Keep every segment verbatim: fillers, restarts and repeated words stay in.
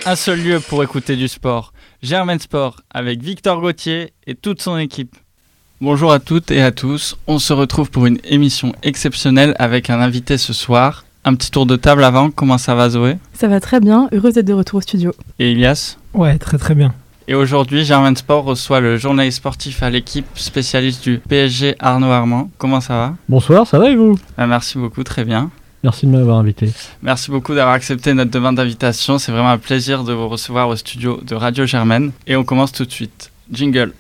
Un seul lieu pour écouter du sport, Germain Sport, avec Victor Gauthier et toute son équipe. Bonjour à toutes et à tous, on se retrouve pour une émission exceptionnelle avec un invité ce soir. Un petit tour de table avant, comment ça va Zoé ? Ça va très bien, heureuse d'être de retour au studio. Et Ilias ? Ouais, très très bien. Et aujourd'hui, Germain Sport reçoit le journaliste sportif à l'équipe spécialiste du P S G, Arnaud Armand. Comment ça va ? Bonsoir, ça va et vous ? Ah, merci beaucoup, très bien. Merci de m'avoir invité. Merci beaucoup d'avoir accepté notre demande d'invitation. C'est vraiment un plaisir de vous recevoir au studio de Radio Germaine. Et on commence tout de suite. Jingle.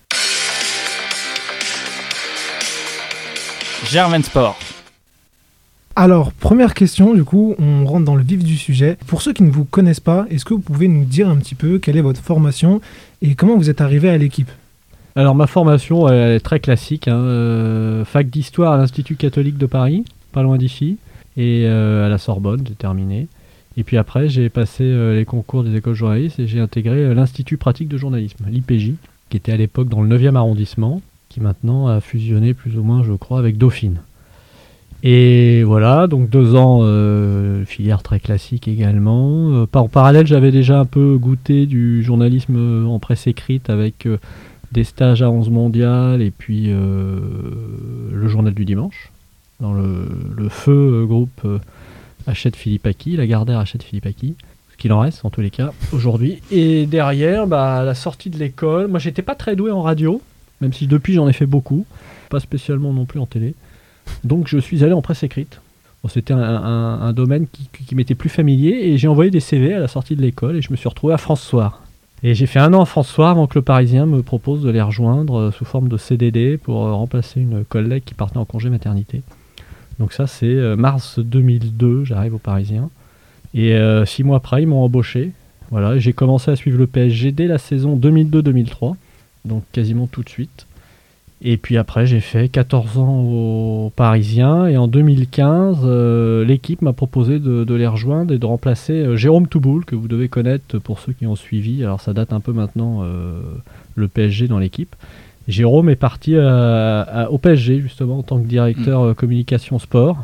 Germain Sport. Alors, première question, du coup, on rentre dans le vif du sujet. Pour ceux qui ne vous connaissent pas, est-ce que vous pouvez nous dire un petit peu quelle est votre formation et comment vous êtes arrivé à l'équipe ? Alors, ma formation, elle est très classique. Hein, euh, fac d'histoire à l'Institut catholique de Paris, pas loin d'ici. Et euh, à la Sorbonne, j'ai terminé. Et puis après, j'ai passé euh, les concours des écoles journalistes et j'ai intégré euh, l'Institut pratique de journalisme, l'I P J, qui était à l'époque dans le neuvième arrondissement, qui maintenant a fusionné plus ou moins, je crois, avec Dauphine. Et voilà, donc deux ans, euh, filière très classique également. Euh, par, en parallèle, j'avais déjà un peu goûté du journalisme en presse écrite avec euh, des stages à onze mondial et puis euh, le journal du dimanche. Dans le, le feu euh, groupe euh, Hachette Philippe Aki, la Gardère Hachette Philippe Aki, ce qu'il en reste en tous les cas aujourd'hui. Et derrière, bah, à la sortie de l'école, moi j'étais pas très doué en radio, même si depuis j'en ai fait beaucoup, pas spécialement non plus en télé. Donc je suis allé en presse écrite. Bon, c'était un, un, un domaine qui, qui, qui m'était plus familier et j'ai envoyé des C V à la sortie de l'école et je me suis retrouvé à France Soir. Et j'ai fait un an à France Soir avant que le Parisien me propose de les rejoindre euh, sous forme de C D D pour euh, remplacer une collègue qui partait en congé maternité. Donc ça c'est euh, mars deux mille deux, j'arrive au Parisien. Et euh, six mois après, ils m'ont embauché. Voilà, j'ai commencé à suivre le P S G dès la saison deux mille deux deux mille trois, donc quasiment tout de suite. Et puis après, j'ai fait quatorze ans au Parisien. Et en deux mille quinze, euh, l'équipe m'a proposé de, de les rejoindre et de remplacer euh, Jérôme Touboul, que vous devez connaître pour ceux qui ont suivi. Alors ça date un peu maintenant, euh, le P S G dans l'équipe. Jérôme est parti à, à, au P S G justement en tant que directeur mmh. communication sport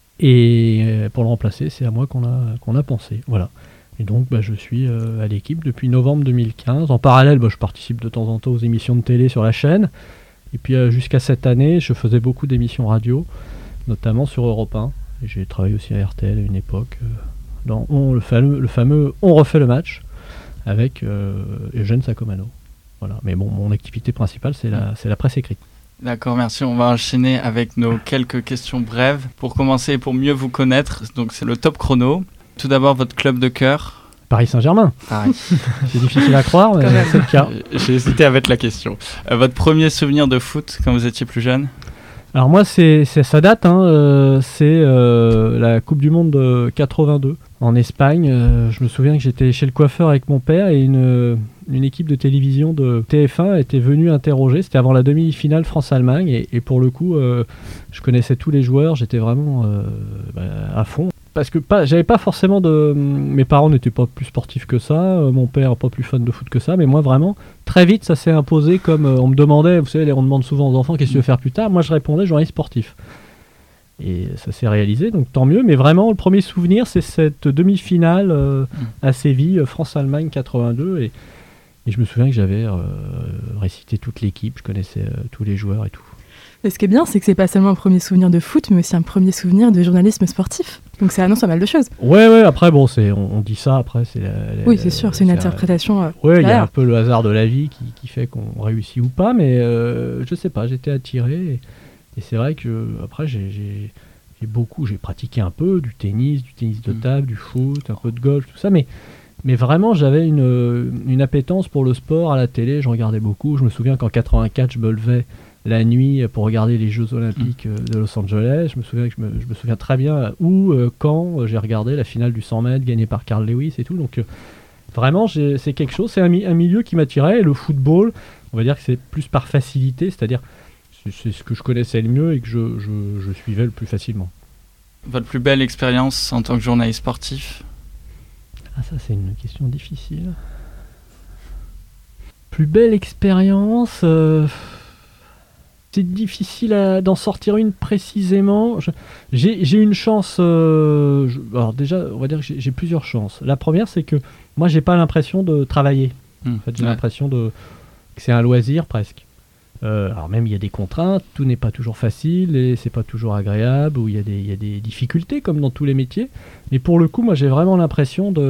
et pour le remplacer c'est à moi qu'on a, qu'on a pensé, voilà. Et donc bah, je suis euh, à l'équipe depuis novembre deux mille quinze. En parallèle bah, je participe de temps en temps aux émissions de télé sur la chaîne et puis euh, jusqu'à cette année je faisais beaucoup d'émissions radio, notamment sur Europe un et j'ai travaillé aussi à R T L à une époque euh, dans on, le, fameux, le fameux On refait le match avec euh, Eugène Sacomano. Voilà. Mais bon, mon activité principale, c'est la, c'est la presse écrite. D'accord, merci. On va enchaîner avec nos quelques questions brèves. Pour commencer et pour mieux vous connaître, donc c'est le top chrono. Tout d'abord, votre club de cœur. Paris Saint-Germain. Pareil. C'est difficile à croire, mais c'est le cas. J'ai hésité à mettre la question. Euh, votre premier souvenir de foot quand vous étiez plus jeune ? Alors moi, c'est, c'est, ça date, hein, euh, c'est euh, la Coupe du Monde de quatre-vingt-deux en Espagne. Euh, je me souviens que j'étais chez le coiffeur avec mon père et une, une équipe de télévision de T F un était venue interroger. C'était avant la demi-finale France-Allemagne et, et pour le coup, euh, je connaissais tous les joueurs. J'étais vraiment euh, bah, à fond. Parce que pas, j'avais pas forcément de... Mes parents n'étaient pas plus sportifs que ça, euh, mon père pas plus fan de foot que ça, mais moi vraiment, très vite ça s'est imposé comme... Euh, on me demandait, vous savez, on demande souvent aux enfants qu'est-ce que tu veux faire plus tard, moi je répondais journaliste sportif. Et ça s'est réalisé, donc tant mieux, mais vraiment le premier souvenir c'est cette demi-finale euh, à Séville, France-Allemagne quatre-vingt-deux, et, et je me souviens que j'avais euh, récité toute l'équipe, je connaissais euh, tous les joueurs et tout. Et ce qui est bien, c'est que c'est pas seulement un premier souvenir de foot, mais aussi un premier souvenir de journalisme sportif. Donc ça annonce pas mal de choses. Ouais, ouais, après, bon, c'est, on, on dit ça, après, c'est... La, la, oui, c'est sûr, c'est une interprétation... Euh, ouais, il y a un peu le hasard de la vie qui, qui fait qu'on réussit ou pas, mais euh, je sais pas, j'étais attiré, et, et c'est vrai que, après, j'ai, j'ai, j'ai beaucoup, j'ai pratiqué un peu du tennis, du tennis de table, du foot, un peu de golf, tout ça, mais... Mais vraiment, j'avais une, une appétence pour le sport à la télé, j'en regardais beaucoup. Je me souviens qu'en quatre-vingt-quatre, je me levais la nuit pour regarder les Jeux Olympiques de Los Angeles. Je me souviens, que je, me, je me souviens très bien où, euh, quand j'ai regardé la finale du cent mètres gagnée par Carl Lewis et tout. Donc euh, vraiment, j'ai, c'est quelque chose, c'est un, un milieu qui m'attirait. Et le football, on va dire que c'est plus par facilité, c'est-à-dire c'est, c'est ce que je connaissais le mieux et que je, je, je suivais le plus facilement. Votre plus belle expérience en tant que journaliste sportif ? Ah, ça, c'est une question difficile. Plus belle expérience euh... c'est difficile à, d'en sortir une précisément. Je, j'ai, j'ai une chance. Euh, je, alors déjà, on va dire que j'ai, j'ai plusieurs chances. La première, c'est que moi, j'ai pas l'impression de travailler. Mmh. En fait, j'ai Ouais. l'impression de que c'est un loisir presque. Euh, alors même il y a des contraintes, tout n'est pas toujours facile et c'est pas toujours agréable, ou il y a des, il y a des difficultés comme dans tous les métiers. Mais pour le coup, moi, j'ai vraiment l'impression de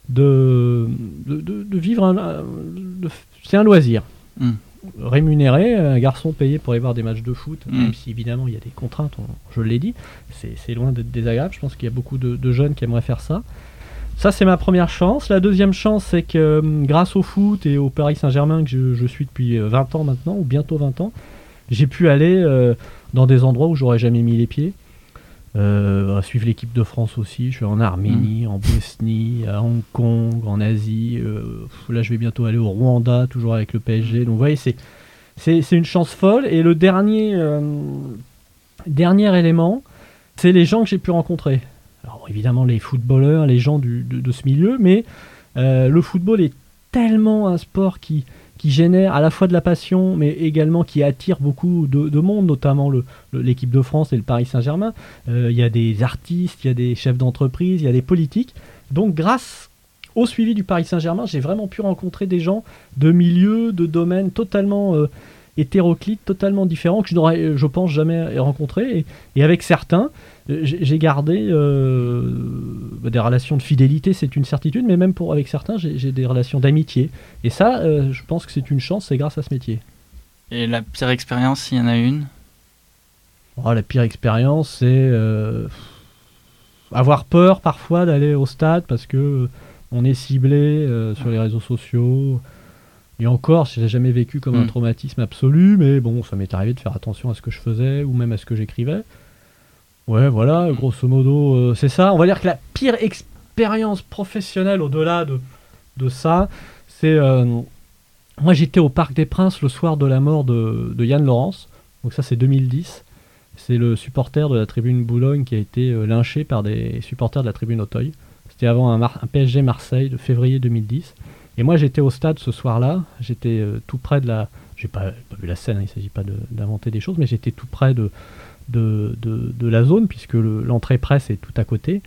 de, de, de, de vivre un, de, c'est un loisir. Mmh. Rémunéré, un garçon payé pour aller voir des matchs de foot, Mm. même si évidemment il y a des contraintes, on- je l'ai dit, c'est, c'est loin d'être désagréable. Je pense qu'il y a beaucoup de, de jeunes qui aimeraient faire ça. Ça, c'est ma première chance. La deuxième chance, c'est que euh, grâce au foot et au Paris Saint-Germain, que je, je suis depuis euh, vingt ans maintenant, ou bientôt vingt ans, j'ai pu aller euh, dans des endroits où j'aurais jamais mis les pieds. Euh, à suivre l'équipe de France aussi. Je suis en Arménie, en Bosnie, à Hong Kong, en Asie. Euh, pff, là, je vais bientôt aller au Rwanda, toujours avec le P S G. Donc, vous voyez, c'est, c'est, c'est une chance folle. Et le dernier, euh, dernier élément, c'est les gens que j'ai pu rencontrer. Alors, évidemment, les footballeurs, les gens du, de, de ce milieu, mais euh, le football est tellement un sport qui, qui génère à la fois de la passion, mais également qui attire beaucoup de, de monde, notamment le, le- l'équipe de France et le Paris Saint-Germain. Euh, Il y a des artistes, il y a des chefs d'entreprise, il y a des politiques. Donc, grâce au suivi du Paris Saint-Germain, j'ai vraiment pu rencontrer des gens de milieux, de domaines totalement euh, hétéroclites, totalement différents, que je n'aurais, euh, je pense, jamais rencontrés. Et, et avec certains, euh, j'ai j'ai gardé euh, des relations de fidélité, c'est une certitude, mais même pour, avec certains, j'ai, j'ai des relations d'amitié. Et ça, euh, je pense que c'est une chance, c'est grâce à ce métier. Et la pire expérience, s'il y en a une? Oh, la pire expérience, c'est euh, avoir peur parfois d'aller au stade parce que euh, on est ciblé euh, sur les réseaux sociaux. Et encore, je l'ai jamais vécu comme un Mm. traumatisme absolu, mais bon, ça m'est arrivé de faire attention à ce que je faisais ou même à ce que j'écrivais. Ouais, voilà, grosso modo, euh, c'est ça. On va dire que la pire expérience professionnelle au-delà de, de ça, c'est... euh, moi, j'étais au Parc des Princes le soir de la mort de, de Yann Laurence. Donc ça, c'est deux mille dix. C'est le supporter de la tribune Boulogne qui a été euh, lynché par des supporters de la tribune Auteuil. C'était avant un, Mar- un P S G Marseille de février deux mille dix. Et moi, j'étais au stade ce soir-là. J'étais euh, tout près de la... J'ai pas, pas vu la scène, hein, il ne s'agit pas de- d'inventer des choses, mais j'étais tout près de, de, de, de la zone, puisque le- l'entrée presse est tout à côté.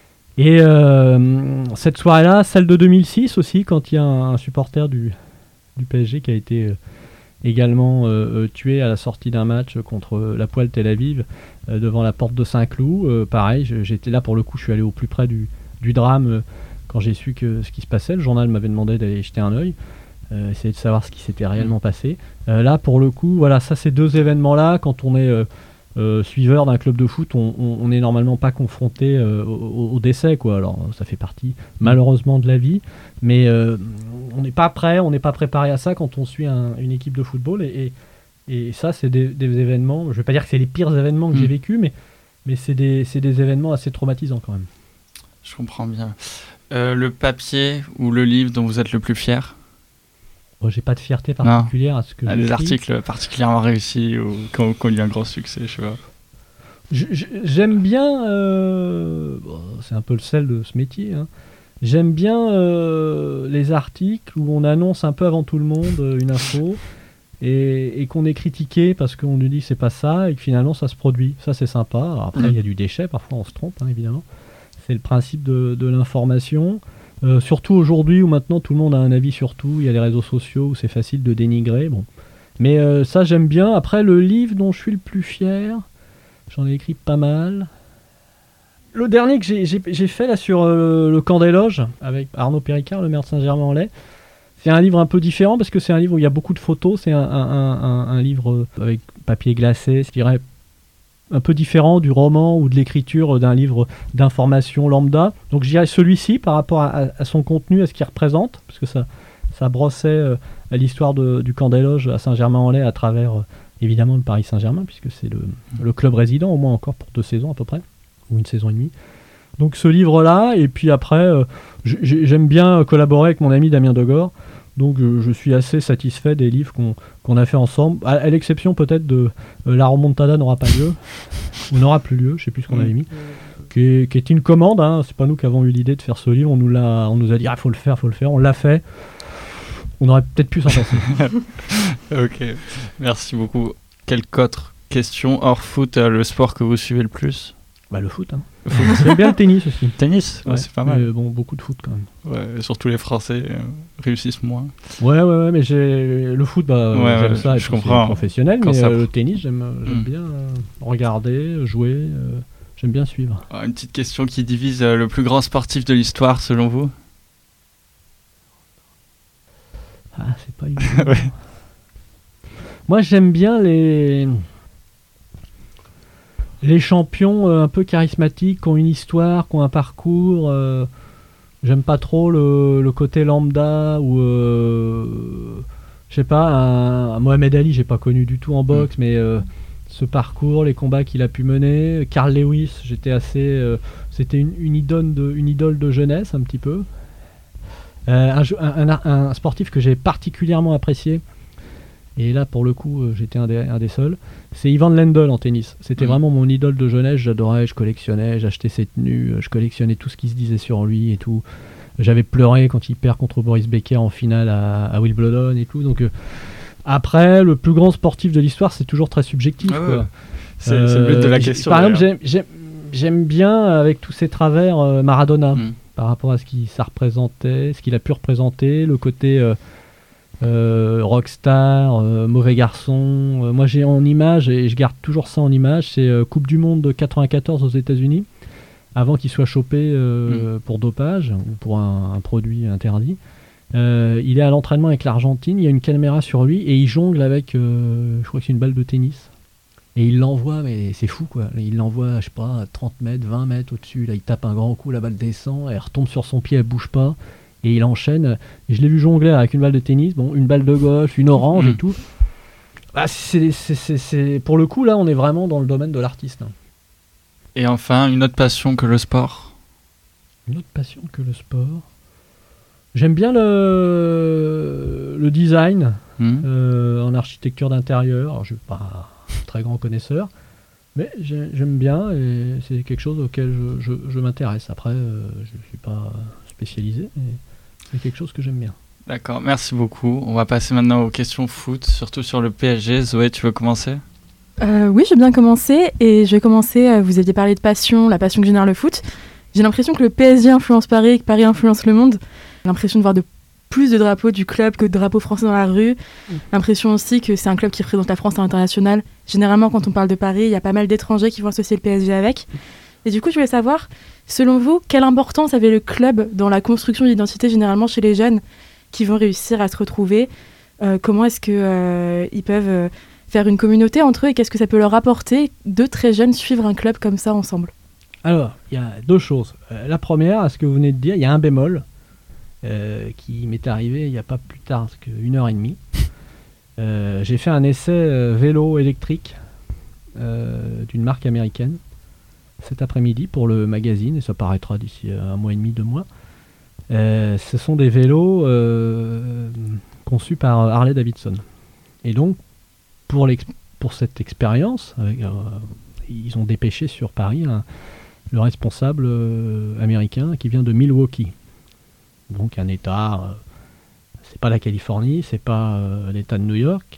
Et euh, cette soirée-là, celle de deux mille six aussi, quand il y a un, un supporter du, du P S G qui a été euh, également euh, euh, tué à la sortie d'un match contre euh, la Poile Tel Aviv, euh, devant la porte de Saint-Cloud. Euh, pareil, je- j'étais là pour le coup, je suis allé au plus près du, du drame euh, quand j'ai su que ce qui se passait. Le journal m'avait demandé d'aller jeter un œil, euh, essayer de savoir ce qui s'était réellement passé. Euh, là, pour le coup, voilà, ça, ces deux événements-là, quand on est euh, euh, suiveur d'un club de foot, on, on, on est normalement pas confronté euh, au, au décès, quoi. Alors, ça fait partie malheureusement de la vie, mais euh, on n'est pas prêt, on n'est pas préparé à ça quand on suit un- une équipe de football. Et, et, et ça, c'est des, des événements. Je vais pas dire que c'est les pires événements que Mm. j'ai vécus, mais mais c'est des, c'est des événements assez traumatisants quand même. Je comprends bien. Euh, le papier ou le livre dont vous êtes le plus fier? Bon, j'ai pas de fierté particulière à ce que Ah, j'ai des écrit. articles particulièrement réussis ou qui ont qui ont eu un grand succès, je sais pas. J- j- J'aime bien, euh, bon, c'est un peu le sel de ce métier, hein. J'aime bien euh, les articles où on annonce un peu avant tout le monde euh, une info et, et qu'on est critiqué parce qu'on nous dit que c'est pas ça et que finalement ça se produit. Ça, c'est sympa. Alors après, il Mhm. y a du déchet, parfois on se trompe, hein, évidemment. C'est le principe de, de l'information. Euh, surtout aujourd'hui où maintenant tout le monde a un avis sur tout, il y a les réseaux sociaux où c'est facile de dénigrer. Bon. Mais euh, ça, j'aime bien. Après, le livre dont je suis le plus fier, j'en ai écrit pas mal. Le dernier que j'ai, j'ai, j'ai fait là sur euh, le camp des loges avec Arnaud Péricard, le maire de Saint-Germain-en-Laye, c'est un livre un peu différent parce que c'est un livre où il y a beaucoup de photos. C'est un, un, un, un- un livre euh, avec papier glacé, je dirais un peu différent du roman ou de l'écriture d'un livre d'information lambda. Donc je dirais celui-ci par rapport à, à- à son contenu, à ce qu'il représente, parce que ça, ça brossait euh, à l'histoire de- du camp des loges à Saint-Germain-en-Laye à travers euh, évidemment le Paris Saint-Germain, puisque c'est le, le club résident au moins encore pour deux saisons à peu près, ou une saison et demie. Donc ce livre-là, et puis après, euh, j'ai- j'aime bien collaborer avec mon ami Damien Degore, donc euh, je suis assez satisfait des livres qu'on qu'on a fait ensemble, à, à l'exception peut-être de euh, La Remontada n'aura pas lieu, ou n'aura plus lieu, je sais plus ce qu'on avait mis, qui est, qui est une commande, hein, c'est pas nous qui avons eu l'idée de faire ce livre, on nous, l'a, on nous a dit ah faut le faire, faut le faire, on l'a fait, on aurait peut-être pu s'en passer. Ok, merci beaucoup. quelques autres questions hors foot, euh, le sport que vous suivez le plus? Bah, le foot. Hein. Le foot. J'aime bien le tennis aussi. Tennis, ouais, ouais, c'est pas mal. Mais bon, beaucoup de foot quand même. Ouais, surtout les Français euh, réussissent moins. Ouais, ouais, ouais, mais j'ai le foot, bah, ouais, j'aime ouais, ça. Je et comprends. C'est professionnel, Quand mais ça... euh, le tennis, j'aime, j'aime mm. bien euh, regarder, jouer. Euh, j'aime bien suivre. Une petite question qui divise euh, le plus grand sportif de l'histoire, selon vous? Ah, c'est pas évident. Ouais. Moi, j'aime bien les les champions euh, un peu charismatiques, qui ont une histoire, qui ont un parcours. Euh... J'aime pas trop le, le côté lambda ou euh... je sais pas, un, un Mohamed Ali, j'ai pas connu du tout en boxe, mmh. mais euh, ce parcours, les combats qu'il a pu mener. Carl Lewis, j'étais assez, euh... c'était une, une idole de une idole de jeunesse un petit peu. Euh, un, un, un sportif que j'ai particulièrement apprécié, et là pour le coup euh, j'étais un des, un des seuls, c'est Ivan Lendl en tennis. C'était mmh. vraiment mon idole de jeunesse, j'adorais, je collectionnais, j'achetais ses tenues, je collectionnais tout ce qui se disait sur lui et tout. J'avais pleuré quand il perd contre Boris Becker en finale à, à Wimbledon et tout. Donc euh, après, le plus grand sportif de l'histoire, c'est toujours très subjectif. Ah ouais. quoi. C'est, euh, c'est le but de la question. Par exemple, j'aime, j'aime, j'aime bien, avec tous ses travers, euh, Maradona. Mmh. Par rapport à ce qu'il ça représentait, ce qu'il a pu représenter, le côté euh, euh, rockstar, euh, mauvais garçon. Euh, moi j'ai en image, et je garde toujours ça en image, c'est euh, Coupe du Monde de quatre-vingt-quatorze aux États-Unis, avant qu'il soit chopé euh, mmh. pour dopage ou pour un, un produit interdit. Euh, il est à l'entraînement avec l'Argentine, il y a une caméra sur lui et il jongle avec, euh, je crois que c'est une balle de tennis. Et il l'envoie, mais c'est fou quoi. Il l'envoie, je sais pas, à trente mètres, vingt mètres au-dessus. Là, il tape un grand coup, la balle descend, elle retombe sur son pied, elle bouge pas. Et il enchaîne. Et je l'ai vu jongler avec une balle de tennis, bon, une balle de golf, une orange mmh. et tout. Ah, c'est, c'est, c'est, c'est... Pour le coup, là, on est vraiment dans le domaine de l'artiste. Hein. Et enfin, une autre passion que le sport? Une autre passion que le sport. J'aime bien le, le design mmh. euh, en architecture d'intérieur. Alors, je ne suis pas très grand connaisseur, mais j'aime bien et c'est quelque chose auquel je, je, je m'intéresse. Après, euh, je ne suis pas spécialisé, mais c'est quelque chose que j'aime bien. D'accord, merci beaucoup. On va passer maintenant aux questions foot, surtout sur le P S G. Zoé, tu veux commencer? euh, Oui, je vais bien commencer. Et je vais commencer, euh, vous aviez parlé de passion, la passion que génère le foot. J'ai l'impression que le P S G influence Paris et que Paris influence le monde. J'ai l'impression de voir de plus de drapeaux du club que de drapeaux français dans la rue. Mmh. L'impression aussi que c'est un club qui représente la France à l'international. Généralement, quand on parle de Paris, il y a pas mal d'étrangers qui vont associer le P S G avec. Et du coup, je voulais savoir, selon vous, quelle importance avait le club dans la construction d'identité, généralement chez les jeunes qui vont réussir à se retrouver? euh, Comment est-ce qu'ils euh, peuvent euh, faire une communauté entre eux et qu'est-ce que ça peut leur apporter de très jeunes suivre un club comme ça ensemble? Alors, il y a deux choses. Euh, la première, à ce que vous venez de dire, il y a un bémol. Euh, qui m'est arrivé il n'y a pas plus tard qu'une heure et demie. Euh, j'ai fait un essai euh, vélo électrique euh, d'une marque américaine cet après-midi pour le magazine, et ça paraîtra d'ici un mois et demi, deux mois. Euh, ce sont des vélos euh, conçus par Harley Davidson. Et donc, pour, pour cette expérience, avec, euh, ils ont dépêché sur Paris un, le responsable euh, américain qui vient de Milwaukee. Donc un état, euh, c'est pas la Californie, c'est pas euh, l'état de New York.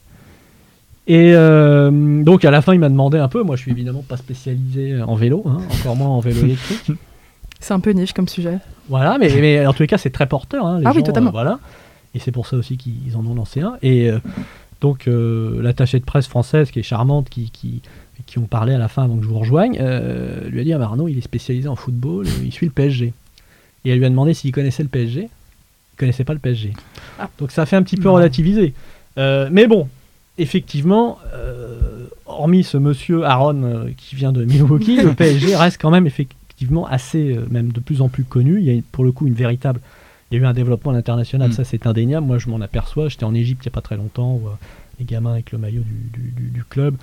Et euh, donc à la fin il m'a demandé un peu, moi je suis évidemment pas spécialisé en vélo, hein, encore moins en vélo électrique. C'est un peu niche comme sujet. Voilà, mais, mais en tous les cas c'est très porteur. Hein, les ah gens, oui, totalement. Euh, voilà. Et c'est pour ça aussi qu'ils en ont lancé un. Et euh, donc euh, l'attachée de presse française qui est charmante, qui, qui, qui ont parlé à la fin avant que je vous rejoigne, euh, lui a dit ah, bah, Arnaud il est spécialisé en football, il suit le P S G. Et elle lui a demandé s'il connaissait le P S G. Il ne connaissait pas le P S G. Ah. Donc ça fait un petit peu non. relativiser. Euh, mais bon, effectivement, euh, hormis ce monsieur Aaron euh, qui vient de Milwaukee, le P S G reste quand même effectivement assez, euh, même de plus en plus connu. Il y a pour le coup une véritable... Il y a eu un développement à l'international, mm. ça c'est indéniable. Moi je m'en aperçois. J'étais en Égypte il n'y a pas très longtemps, où, euh, les gamins avec le maillot du, du, du, du club.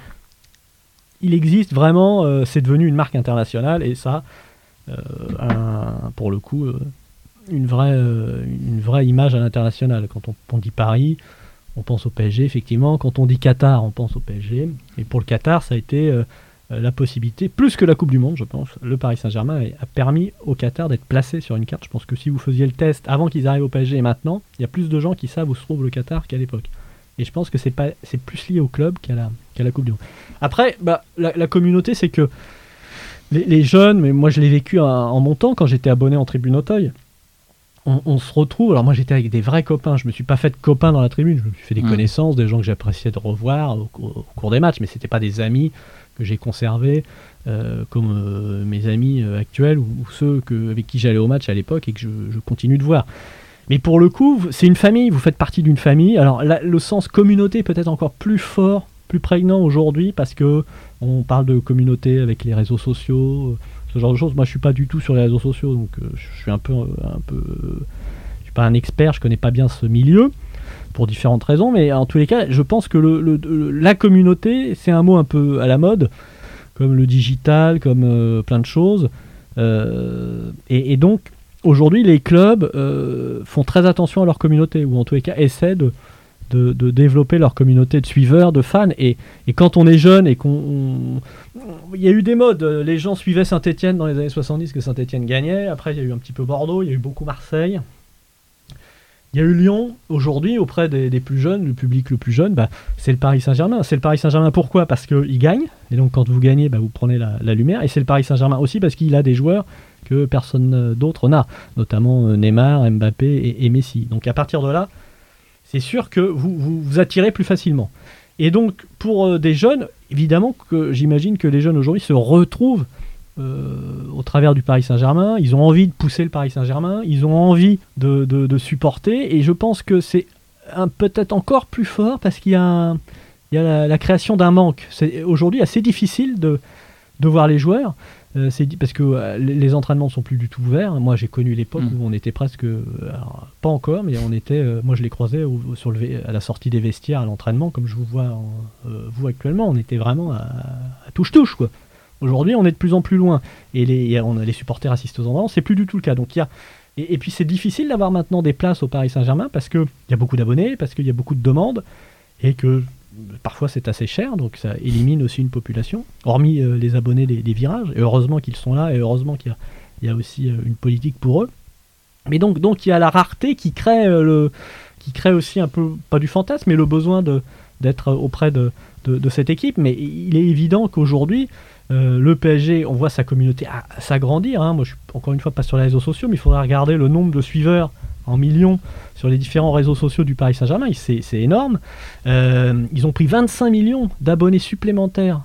Il existe vraiment, euh, c'est devenu une marque internationale et ça... Euh, un, pour le coup euh, une, vraie, euh, une vraie image à l'international. Quand on, on dit Paris, on pense au P S G effectivement. Quand on dit Qatar, on pense au P S G. Et pour le Qatar, ça a été euh, la possibilité, plus que la Coupe du Monde, je pense. Le Paris Saint-Germain a permis au Qatar d'être placé sur une carte. Je pense que si vous faisiez le test avant qu'ils arrivent au P S G et maintenant, il y a plus de gens qui savent où se trouve le Qatar qu'à l'époque. Et je pense que c'est, pas, c'est plus lié au club qu'à la, qu'à la Coupe du Monde. Après, bah, la, la communauté, c'est que les, les jeunes, mais moi je l'ai vécu en, en montant quand j'étais abonné en tribune Auteuil, on, on se retrouve. Alors moi j'étais avec des vrais copains, je me suis pas fait de copains dans la tribune, je me suis fait des mmh. connaissances, des gens que j'appréciais de revoir au, au, au cours des matchs, mais c'était pas des amis que j'ai conservés euh, comme euh, mes amis euh, actuels ou, ou ceux que, avec qui j'allais au match à l'époque et que je, je continue de voir. Mais pour le coup, c'est une famille, vous faites partie d'une famille. Alors la, le sens communauté est peut-être encore plus fort, plus prégnant aujourd'hui parce que on parle de communauté avec les réseaux sociaux, ce genre de choses. Moi, je suis pas du tout sur les réseaux sociaux, donc euh, je suis un peu, un peu, euh, je suis pas un expert, je connais pas bien ce milieu pour différentes raisons. Mais en tous les cas, je pense que le, le, le, la communauté, c'est un mot un peu à la mode, comme le digital, comme euh, plein de choses. Euh, et, et donc aujourd'hui, les clubs euh, font très attention à leur communauté, ou en tous les cas essaient de, de, de développer leur communauté de suiveurs, de fans. Et, et quand on est jeune et qu'on... Il y a eu des modes. Les gens suivaient Saint-Étienne dans les années soixante-dix, que Saint-Étienne gagnait. Après, il y a eu un petit peu Bordeaux, il y a eu beaucoup Marseille. Il y a eu Lyon. Aujourd'hui, auprès des, des plus jeunes, le public le plus jeune, bah, c'est le Paris Saint-Germain. C'est le Paris Saint-Germain pourquoi ? Parce qu'il gagne. Et donc, quand vous gagnez, bah, vous prenez la, la lumière. Et c'est le Paris Saint-Germain aussi parce qu'il a des joueurs que personne d'autre n'a, notamment Neymar, Mbappé et, et Messi. Donc à partir de là, c'est sûr que vous, vous vous attirez plus facilement. Et donc pour euh, des jeunes, évidemment que j'imagine que les jeunes aujourd'hui se retrouvent euh, au travers du Paris Saint-Germain, ils ont envie de pousser le Paris Saint-Germain, ils ont envie de, de, de supporter, et je pense que c'est un, peut-être encore plus fort parce qu'il y a, un, il y a la, la création d'un manque. C'est aujourd'hui assez difficile de, de voir les joueurs. Euh, c'est dit parce que euh, les entraînements sont plus du tout ouverts. Moi, j'ai connu l'époque mmh. où on était presque, euh, alors, pas encore, mais on était. Euh, moi, je les croisais au, sur le, à la sortie des vestiaires, à l'entraînement, comme je vous vois en, euh, vous actuellement. On était vraiment à, à touche-touche, quoi. Aujourd'hui, on est de plus en plus loin, et les, on a les supporters assistent aux entraînements. C'est plus du tout le cas. Donc il y a et, et puis c'est difficile d'avoir maintenant des places au Paris Saint-Germain parce que il y a beaucoup d'abonnés, parce qu'il y a beaucoup de demandes, et que parfois c'est assez cher, donc ça élimine aussi une population, hormis euh, les abonnés des, des virages, et heureusement qu'ils sont là, et heureusement qu'il y a, il y a aussi euh, une politique pour eux. Mais donc, donc il y a la rareté qui crée, euh, le, qui crée aussi un peu, pas du fantasme, mais le besoin de, d'être auprès de, de, de cette équipe. Mais il est évident qu'aujourd'hui, euh, le P S G, on voit sa communauté à, à s'agrandir, hein. Moi je suis encore une fois pas sur les réseaux sociaux, mais il faudra regarder le nombre de suiveurs en millions sur les différents réseaux sociaux du Paris Saint-Germain, c'est, c'est énorme. Euh, ils ont pris vingt-cinq millions d'abonnés supplémentaires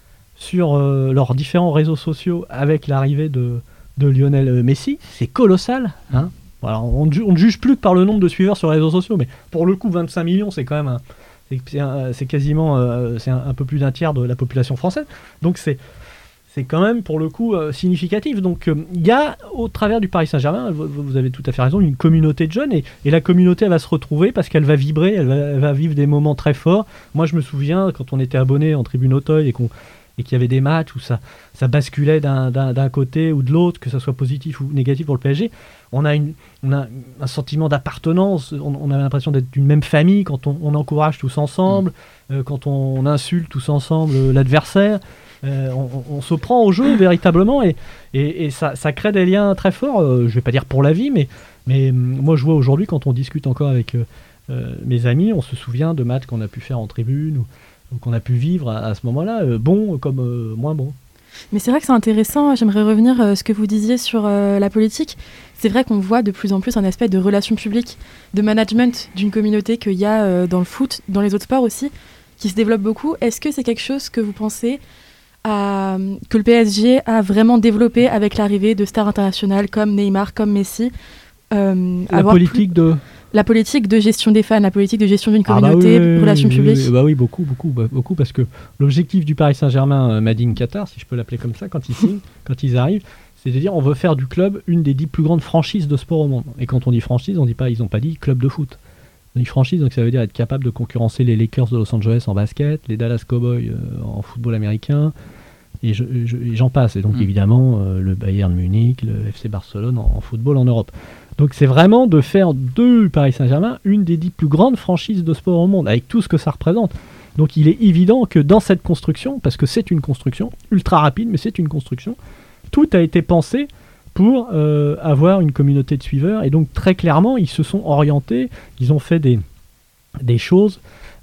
sur euh, leurs différents réseaux sociaux avec l'arrivée de, de Lionel Messi. C'est colossal. Hein. Alors, on, on ne juge plus que par le nombre de suiveurs sur les réseaux sociaux, mais pour le coup, vingt-cinq millions, c'est quand même un, c'est, c'est, un, c'est quasiment euh, c'est un, un peu plus d'un tiers de la population française. Donc c'est c'est quand même pour le coup euh, significatif. Donc il euh, y a au travers du Paris Saint-Germain, vous, vous avez tout à fait raison, une communauté de jeunes, et, et la communauté elle va se retrouver parce qu'elle va vibrer, elle va, elle va vivre des moments très forts. Moi je me souviens quand on était abonné en tribune Auteuil et, qu'on, et qu'il y avait des matchs où ça, ça basculait d'un, d'un, d'un côté ou de l'autre, que ça soit positif ou négatif pour le P S G, on a, une, on a un sentiment d'appartenance, on, on a l'impression d'être d'une même famille quand on, on encourage tous ensemble, mmh. euh, quand on, on insulte tous ensemble euh, l'adversaire. Euh, on, on se prend au jeu véritablement, et, et, et ça, ça crée des liens très forts, euh, je ne vais pas dire pour la vie, mais, mais moi je vois aujourd'hui quand on discute encore avec euh, euh, mes amis, on se souvient de matchs qu'on a pu faire en tribune ou, ou qu'on a pu vivre à, à ce moment-là, euh, bons comme euh, moins bons. Mais c'est vrai que c'est intéressant, j'aimerais revenir à euh, ce que vous disiez sur euh, la politique. C'est vrai qu'on voit de plus en plus un aspect de relations publiques, de management d'une communauté qu'il y a euh, dans le foot, dans les autres sports aussi, qui se développe beaucoup. Est-ce que c'est quelque chose que vous pensez à, que le P S G a vraiment développé avec l'arrivée de stars internationales comme Neymar, comme Messi, euh, la politique plus, de la politique de gestion des fans, la politique de gestion d'une communauté, ah bah oui, relations oui, publiques. Oui, bah oui, beaucoup, beaucoup, bah, beaucoup, parce que l'objectif du Paris Saint-Germain, euh, Made in Qatar, si je peux l'appeler comme ça, quand ils signent, quand ils arrivent, c'est de dire on veut faire du club une des dix plus grandes franchises de sport au monde. Et quand on dit franchise, on dit pas, ils n'ont pas dit club de foot. On dit franchise, donc ça veut dire être capable de concurrencer les Lakers de Los Angeles en basket, les Dallas Cowboys euh, en football américain. Et, je, je, et j'en passe. Et donc, mmh. évidemment, euh, le Bayern Munich, le F C Barcelone en, en football en Europe. Donc, c'est vraiment de faire de Paris Saint-Germain une des dix plus grandes franchises de sport au monde, avec tout ce que ça représente. Donc, il est évident que dans cette construction, parce que c'est une construction ultra rapide, mais c'est une construction, tout a été pensé pour euh, avoir une communauté de suiveurs. Et donc, très clairement, ils se sont orientés, ils ont fait des, des choses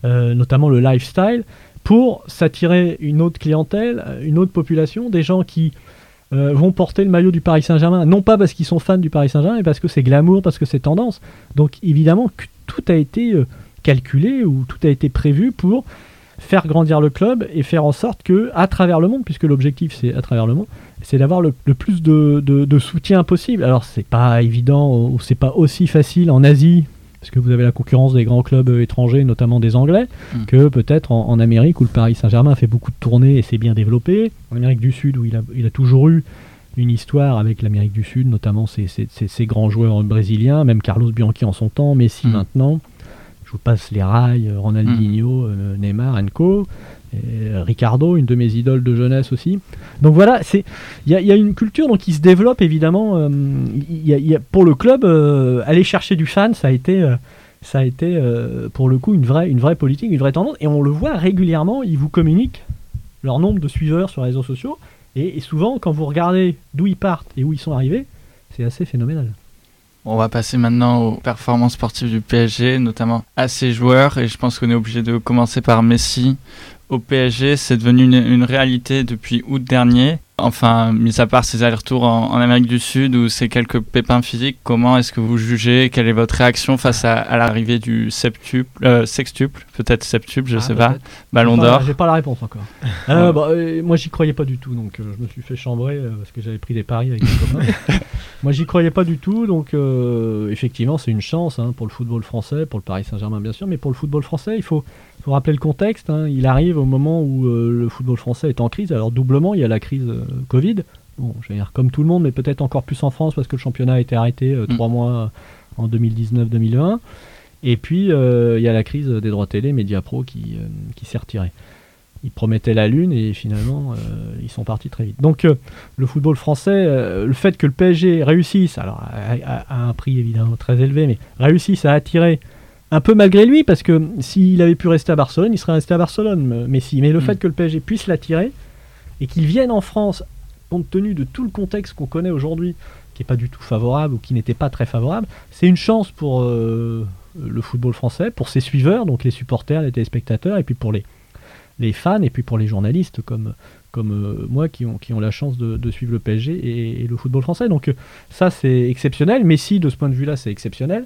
euh, notamment le lifestyle, pour s'attirer une autre clientèle, une autre population, des gens qui euh, vont porter le maillot du Paris Saint-Germain, non pas parce qu'ils sont fans du Paris Saint-Germain, mais parce que c'est glamour, parce que c'est tendance. Donc évidemment, tout a été euh, calculé ou tout a été prévu pour faire grandir le club et faire en sorte que, à travers le monde, puisque l'objectif c'est à travers le monde, c'est d'avoir le, le plus de, de, de soutien possible. Alors c'est pas évident ou c'est pas aussi facile en Asie, parce que vous avez la concurrence des grands clubs étrangers, notamment des Anglais, mmh. que peut-être en, en Amérique où le Paris Saint-Germain fait beaucoup de tournées et s'est bien développé. En Amérique du Sud où il a, il a toujours eu une histoire avec l'Amérique du Sud, notamment ses, ses, ses, ses grands joueurs brésiliens, même Carlos Bianchi en son temps, Messi mmh. maintenant. Je vous passe les rails, Ronaldinho, mmh. euh, Neymar, Co, et, euh, Ricardo, une de mes idoles de jeunesse aussi. Donc voilà, il y, y a une culture donc, qui se développe évidemment. Euh, y a, y a, pour le club, euh, aller chercher du fan, ça a été, euh, ça a été euh, pour le coup une vraie, une vraie politique, une vraie tendance. Et on le voit régulièrement, ils vous communiquent leur nombre de suiveurs sur les réseaux sociaux. Et, et souvent, quand vous regardez d'où ils partent et où ils sont arrivés, c'est assez phénoménal. On va passer maintenant aux performances sportives du P S G, notamment à ses joueurs, et je pense qu'on est obligé de commencer par Messi. Au P S G, c'est devenu une, une réalité depuis août dernier. Enfin, mis à part ses allers-retours en, en Amérique du Sud ou ses quelques pépins physiques, comment est-ce que vous jugez? Quelle est votre réaction face à, à l'arrivée du septuple, euh, sextuple, peut-être septuple, je ne ah, sais pas, Ballon j'ai d'Or? pas, j'ai pas la réponse encore. euh, ouais. bah, euh, moi, j'y croyais pas du tout, donc euh, je me suis fait chambrer euh, parce que j'avais pris des paris avec des copains. Moi, j'y croyais pas du tout, donc euh, effectivement, c'est une chance hein, pour le football français, pour le Paris Saint-Germain bien sûr, mais pour le football français, il faut, faut rappeler le contexte. Hein. Il arrive au moment où euh, le football français est en crise. Alors doublement, il y a la crise euh, Covid. Bon, je vais dire comme tout le monde, mais peut-être encore plus en France parce que le championnat a été arrêté euh, trois mmh. mois en deux mille dix-neuf deux mille vingt. Et puis, euh, il y a la crise des droits télé, Mediapro, qui, euh, qui s'est retiré. Ils promettaient la lune et finalement, euh, ils sont partis très vite. Donc, euh, le football français, euh, le fait que le P S G réussisse, alors à, à, à un prix évidemment très élevé, mais réussisse à attirer un peu malgré lui, parce que s'il avait pu rester à Barcelone, il serait resté à Barcelone, Messi. Mais le mmh. fait que le P S G puisse l'attirer et qu'il vienne en France, compte tenu de tout le contexte qu'on connaît aujourd'hui, qui n'est pas du tout favorable ou qui n'était pas très favorable, c'est une chance pour euh, le football français, pour ses suiveurs, donc les supporters, les téléspectateurs, et puis pour les, les fans, et puis pour les journalistes comme, comme euh, moi qui ont, qui ont la chance de, de suivre le P S G et, et le football français. Donc euh, ça, c'est exceptionnel. Messi, de ce point de vue-là, c'est exceptionnel.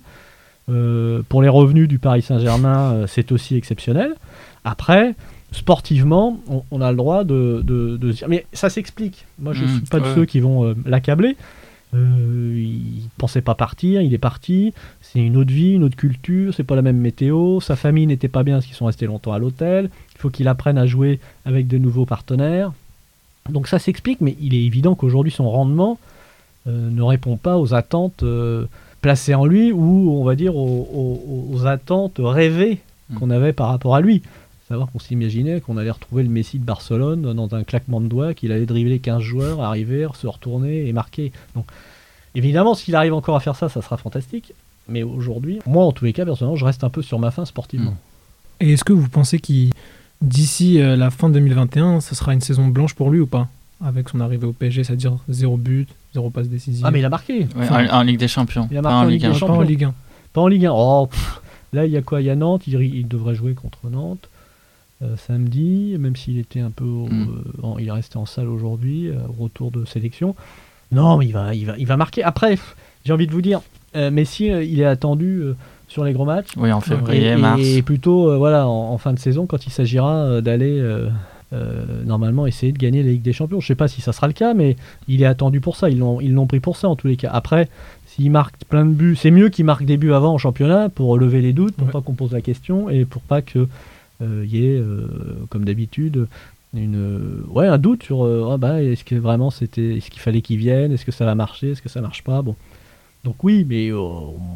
Euh, pour les revenus du Paris Saint-Germain, euh, c'est aussi exceptionnel. Après, sportivement, on, on a le droit de, de, de dire... Mais ça s'explique. Moi, je ne mmh, suis pas ouais. de ceux qui vont euh, l'accabler. Euh, il ne pensait pas partir, il est parti. C'est une autre vie, une autre culture, c'est pas la même météo. Sa famille n'était pas bien parce qu'ils sont restés longtemps à l'hôtel. Il faut qu'il apprenne à jouer avec de nouveaux partenaires. Donc ça s'explique, mais il est évident qu'aujourd'hui, son rendement euh, ne répond pas aux attentes... Euh, placé en lui ou on va dire aux, aux, aux attentes rêvées qu'on avait par rapport à lui. Savoir qu'on s'imaginait qu'on allait retrouver le Messi de Barcelone dans un claquement de doigts, qu'il allait dribbler quinze joueurs, arriver, se retourner et marquer. Donc évidemment, s'il arrive encore à faire ça, ça sera fantastique. Mais aujourd'hui, moi en tous les cas, personnellement, je reste un peu sur ma faim sportivement. Et est-ce que vous pensez qu'il d'ici euh, la fin deux mille vingt et un, ce sera une saison blanche pour lui ou pas? Avec son arrivée au P S G, c'est-à-dire zéro but, zéro passe décisive. Ah mais il a marqué ouais, enfin, en, en Ligue des Champions. Il a marqué en, en Ligue des Champions. Pas en Ligue un. Pas en Ligue un. Oh, pff, là, il y a quoi? Il y a Nantes, il, il devrait jouer contre Nantes euh, samedi, même s'il était un peu... Au, mm. euh, en, il est resté en salle aujourd'hui, euh, retour de sélection. Non, mais il va, il va, il va marquer. Après, pff, j'ai envie de vous dire, euh, Messi, euh, il est attendu euh, sur les gros matchs. Oui, en février, et, mars. Et plutôt, euh, voilà, en, en fin de saison, quand il s'agira euh, d'aller... Euh, Euh, normalement essayer de gagner la Ligue des Champions. Je sais pas si ça sera le cas, mais il est attendu pour ça. Ils l'ont, ils l'ont pris pour ça en tous les cas. Après, s'il marque plein de buts, c'est mieux qu'il marque des buts avant en championnat pour lever les doutes, pour ouais. pas qu'on pose la question et pour pas que euh, y ait, euh, comme d'habitude, une, euh, ouais, un doute sur euh, ah bah, est-ce que vraiment c'était, est-ce qu'il fallait qu'il vienne, est-ce que ça va marcher, est-ce que ça marche pas. Bon, donc oui, mais euh,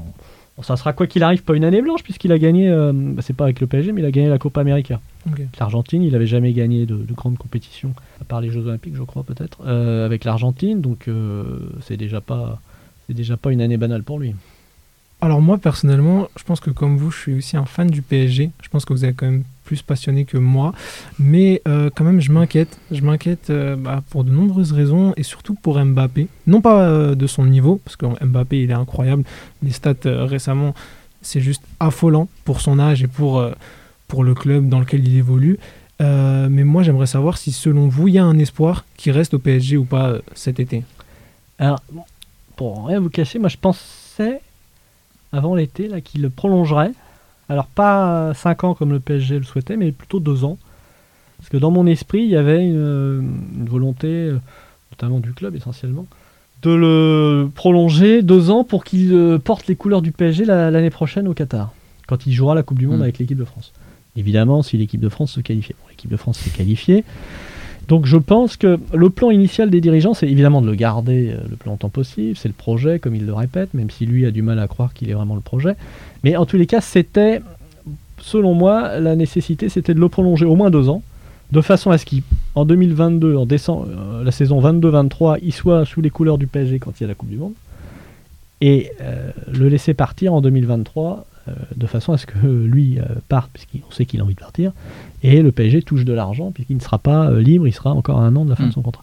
on, ça sera quoi qu'il arrive pas une année blanche puisqu'il a gagné, euh, bah, c'est pas avec le P S G, mais il a gagné la Copa América. Okay. L'Argentine, il n'avait jamais gagné de, de grandes compétitions, à part les Jeux Olympiques, je crois, peut-être, euh, avec l'Argentine, donc euh, c'est déjà pas, c'est déjà pas une année banale pour lui. Alors moi, personnellement, je pense que comme vous, je suis aussi un fan du P S G. Je pense que vous êtes quand même plus passionné que moi, mais euh, quand même, je m'inquiète. Je m'inquiète euh, bah, pour de nombreuses raisons, et surtout pour Mbappé. Non pas euh, de son niveau, parce que Mbappé, il est incroyable. Les stats euh, récemment, c'est juste affolant pour son âge et pour... Euh, pour le club dans lequel il évolue. Euh, mais moi, j'aimerais savoir si, selon vous, il y a un espoir qui reste au P S G ou pas euh, cet été. Alors, pour rien vous cacher, moi je pensais, avant l'été, là, qu'il le prolongerait. Alors, pas cinq ans comme le P S G le souhaitait, mais plutôt deux ans. Parce que dans mon esprit, il y avait une, une volonté, euh, notamment du club essentiellement, de le prolonger deux ans pour qu'il euh, porte les couleurs du P S G la, l'année prochaine au Qatar, quand il jouera la Coupe du Monde mmh. avec l'équipe de France. Évidemment, si l'équipe de France se qualifiait. Bon, l'équipe de France s'est qualifiée. Donc je pense que le plan initial des dirigeants, c'est évidemment de le garder le plus longtemps possible. C'est le projet, comme il le répète, même si lui a du mal à croire qu'il est vraiment le projet. Mais en tous les cas, c'était, selon moi, la nécessité, c'était de le prolonger au moins deux ans, de façon à ce qu'en deux mille vingt-deux, en décembre, euh, la saison vingt-deux vingt-trois, il soit sous les couleurs du P S G quand il y a la Coupe du Monde, et euh, le laisser partir en deux mille vingt-trois, euh, de façon à ce que lui euh, parte, puisqu'on sait qu'il a envie de partir, et le P S G touche de l'argent, puisqu'il ne sera pas euh, libre, il sera encore à un an de la fin mmh. de son contrat.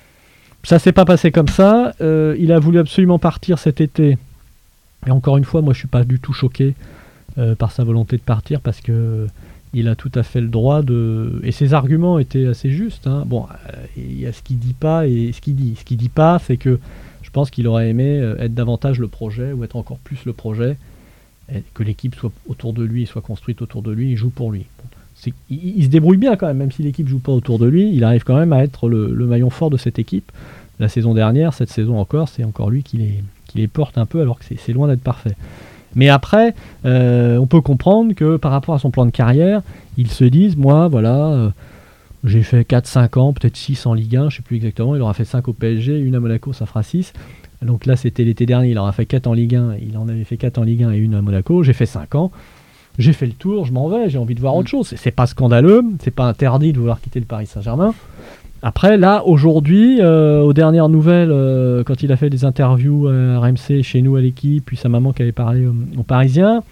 Ça s'est pas passé comme ça, euh, il a voulu absolument partir cet été, et encore une fois, moi je suis pas du tout choqué euh, par sa volonté de partir, parce que il a tout à fait le droit de... Et ses arguments étaient assez justes. Hein. Bon, il y a ce qu'il dit pas et ce qu'il dit. Ce qu'il dit pas, c'est que je pense qu'il aurait aimé être davantage le projet, ou être encore plus le projet, et que l'équipe soit autour de lui, soit construite autour de lui, et joue pour lui. Bon, c'est... Il, il se débrouille bien quand même, même si l'équipe joue pas autour de lui, il arrive quand même à être le, le maillon fort de cette équipe. La saison dernière, cette saison encore, c'est encore lui qui les, qui les porte un peu, alors que c'est, c'est loin d'être parfait. Mais après, euh, on peut comprendre que par rapport à son plan de carrière, ils se disent, moi, voilà, euh, j'ai fait quatre cinq ans, peut-être six en Ligue un, je ne sais plus exactement, il aura fait cinq au P S G, une à Monaco, ça fera six. Donc là, c'était l'été dernier, il aura fait quatre en Ligue un, il en avait fait quatre en Ligue un et une à Monaco, j'ai fait cinq ans, j'ai fait le tour, je m'en vais, j'ai envie de voir autre chose. C'est, c'est pas scandaleux, c'est pas interdit de vouloir quitter le Paris Saint-Germain. Après, là, aujourd'hui, euh, aux dernières nouvelles, euh, quand il a fait des interviews à R M C, chez nous à l'équipe, puis sa maman qui avait parlé euh, aux Parisiens,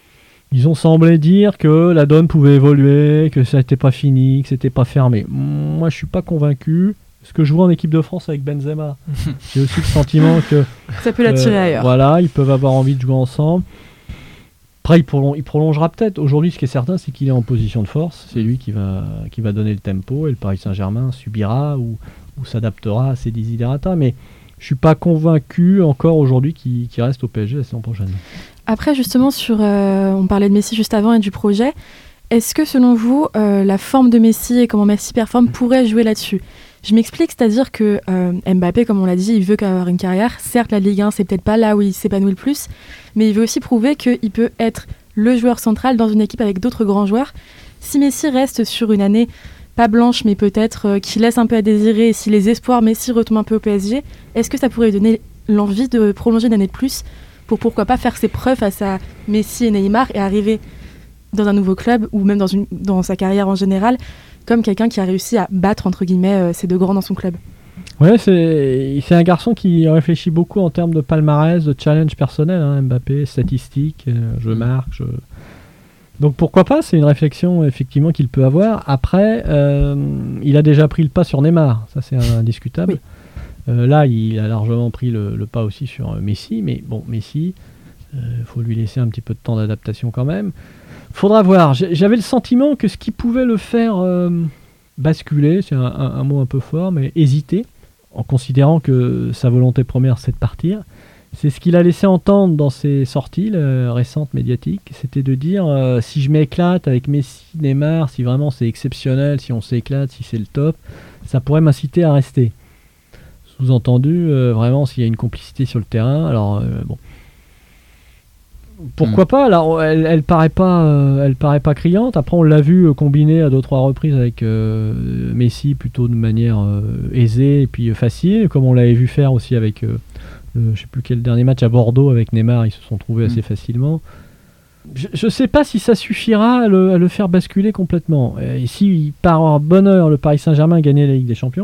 ils ont semblé dire que la donne pouvait évoluer, que ça n'était pas fini, que c'était pas fermé. Moi, je suis pas convaincu. Ce que je vois en équipe de France avec Benzema, j'ai aussi le sentiment que... Ça peut l'attirer euh, ailleurs. Voilà, ils peuvent avoir envie de jouer ensemble. Après, il, prolong- il prolongera peut-être. Aujourd'hui, ce qui est certain, c'est qu'il est en position de force. C'est lui qui va, qui va donner le tempo, et le Paris Saint-Germain subira ou, ou s'adaptera à ses desiderata. Mais je ne suis pas convaincu encore aujourd'hui qu'il, qu'il reste au P S G la saison prochaine. Après, justement, sur, euh, on parlait de Messi juste avant et du projet. Est-ce que, selon vous, euh, la forme de Messi et comment Messi performe pourrait jouer là-dessus ? Je m'explique, c'est-à-dire que euh, Mbappé, comme on l'a dit, il veut avoir une carrière. Certes, la Ligue un, c'est peut-être pas là où il s'épanouit le plus, mais il veut aussi prouver qu'il peut être le joueur central dans une équipe avec d'autres grands joueurs. Si Messi reste sur une année, pas blanche, mais peut-être euh, qui laisse un peu à désirer, et si les espoirs Messi retombent un peu au P S G, est-ce que ça pourrait lui donner l'envie de prolonger une année de plus pour pourquoi pas faire ses preuves face à Messi et Neymar et arriver dans un nouveau club ou même dans, une, dans sa carrière en général comme quelqu'un qui a réussi à battre entre guillemets euh, ces deux grands dans son club. Ouais, c'est, c'est un garçon qui réfléchit beaucoup en termes de palmarès, de challenge personnel, hein, Mbappé, statistiques, euh, je marque, je... Donc pourquoi pas, c'est une réflexion effectivement qu'il peut avoir. Après, euh, il a déjà pris le pas sur Neymar, ça c'est indiscutable. Oui. Euh, là, il a largement pris le, le pas aussi sur Messi, mais bon, Messi, il euh, faut lui laisser un petit peu de temps d'adaptation quand même. Faudra voir. J'avais le sentiment que ce qui pouvait le faire euh, basculer, c'est un, un, un mot un peu fort, mais hésiter, en considérant que sa volonté première c'est de partir, c'est ce qu'il a laissé entendre dans ses sorties là, récentes médiatiques, c'était de dire euh, si je m'éclate avec Messi, Neymar, si vraiment c'est exceptionnel, si on s'éclate, si c'est le top, ça pourrait m'inciter à rester. Sous-entendu, euh, vraiment s'il y a une complicité sur le terrain, alors euh, bon. Pourquoi mmh. pas là, elle, elle paraît pas, euh, elle paraît pas criante. Après, on l'a vu euh, combiner à deux trois reprises avec euh, Messi plutôt de manière euh, aisée et puis euh, facile, comme on l'avait vu faire aussi avec, euh, le, je sais plus quel dernier match à Bordeaux avec Neymar, ils se sont trouvés mmh. assez facilement. Je, je sais pas si ça suffira à le, à le faire basculer complètement. Et si par bonheur le Paris Saint-Germain gagnait la Ligue des Champions,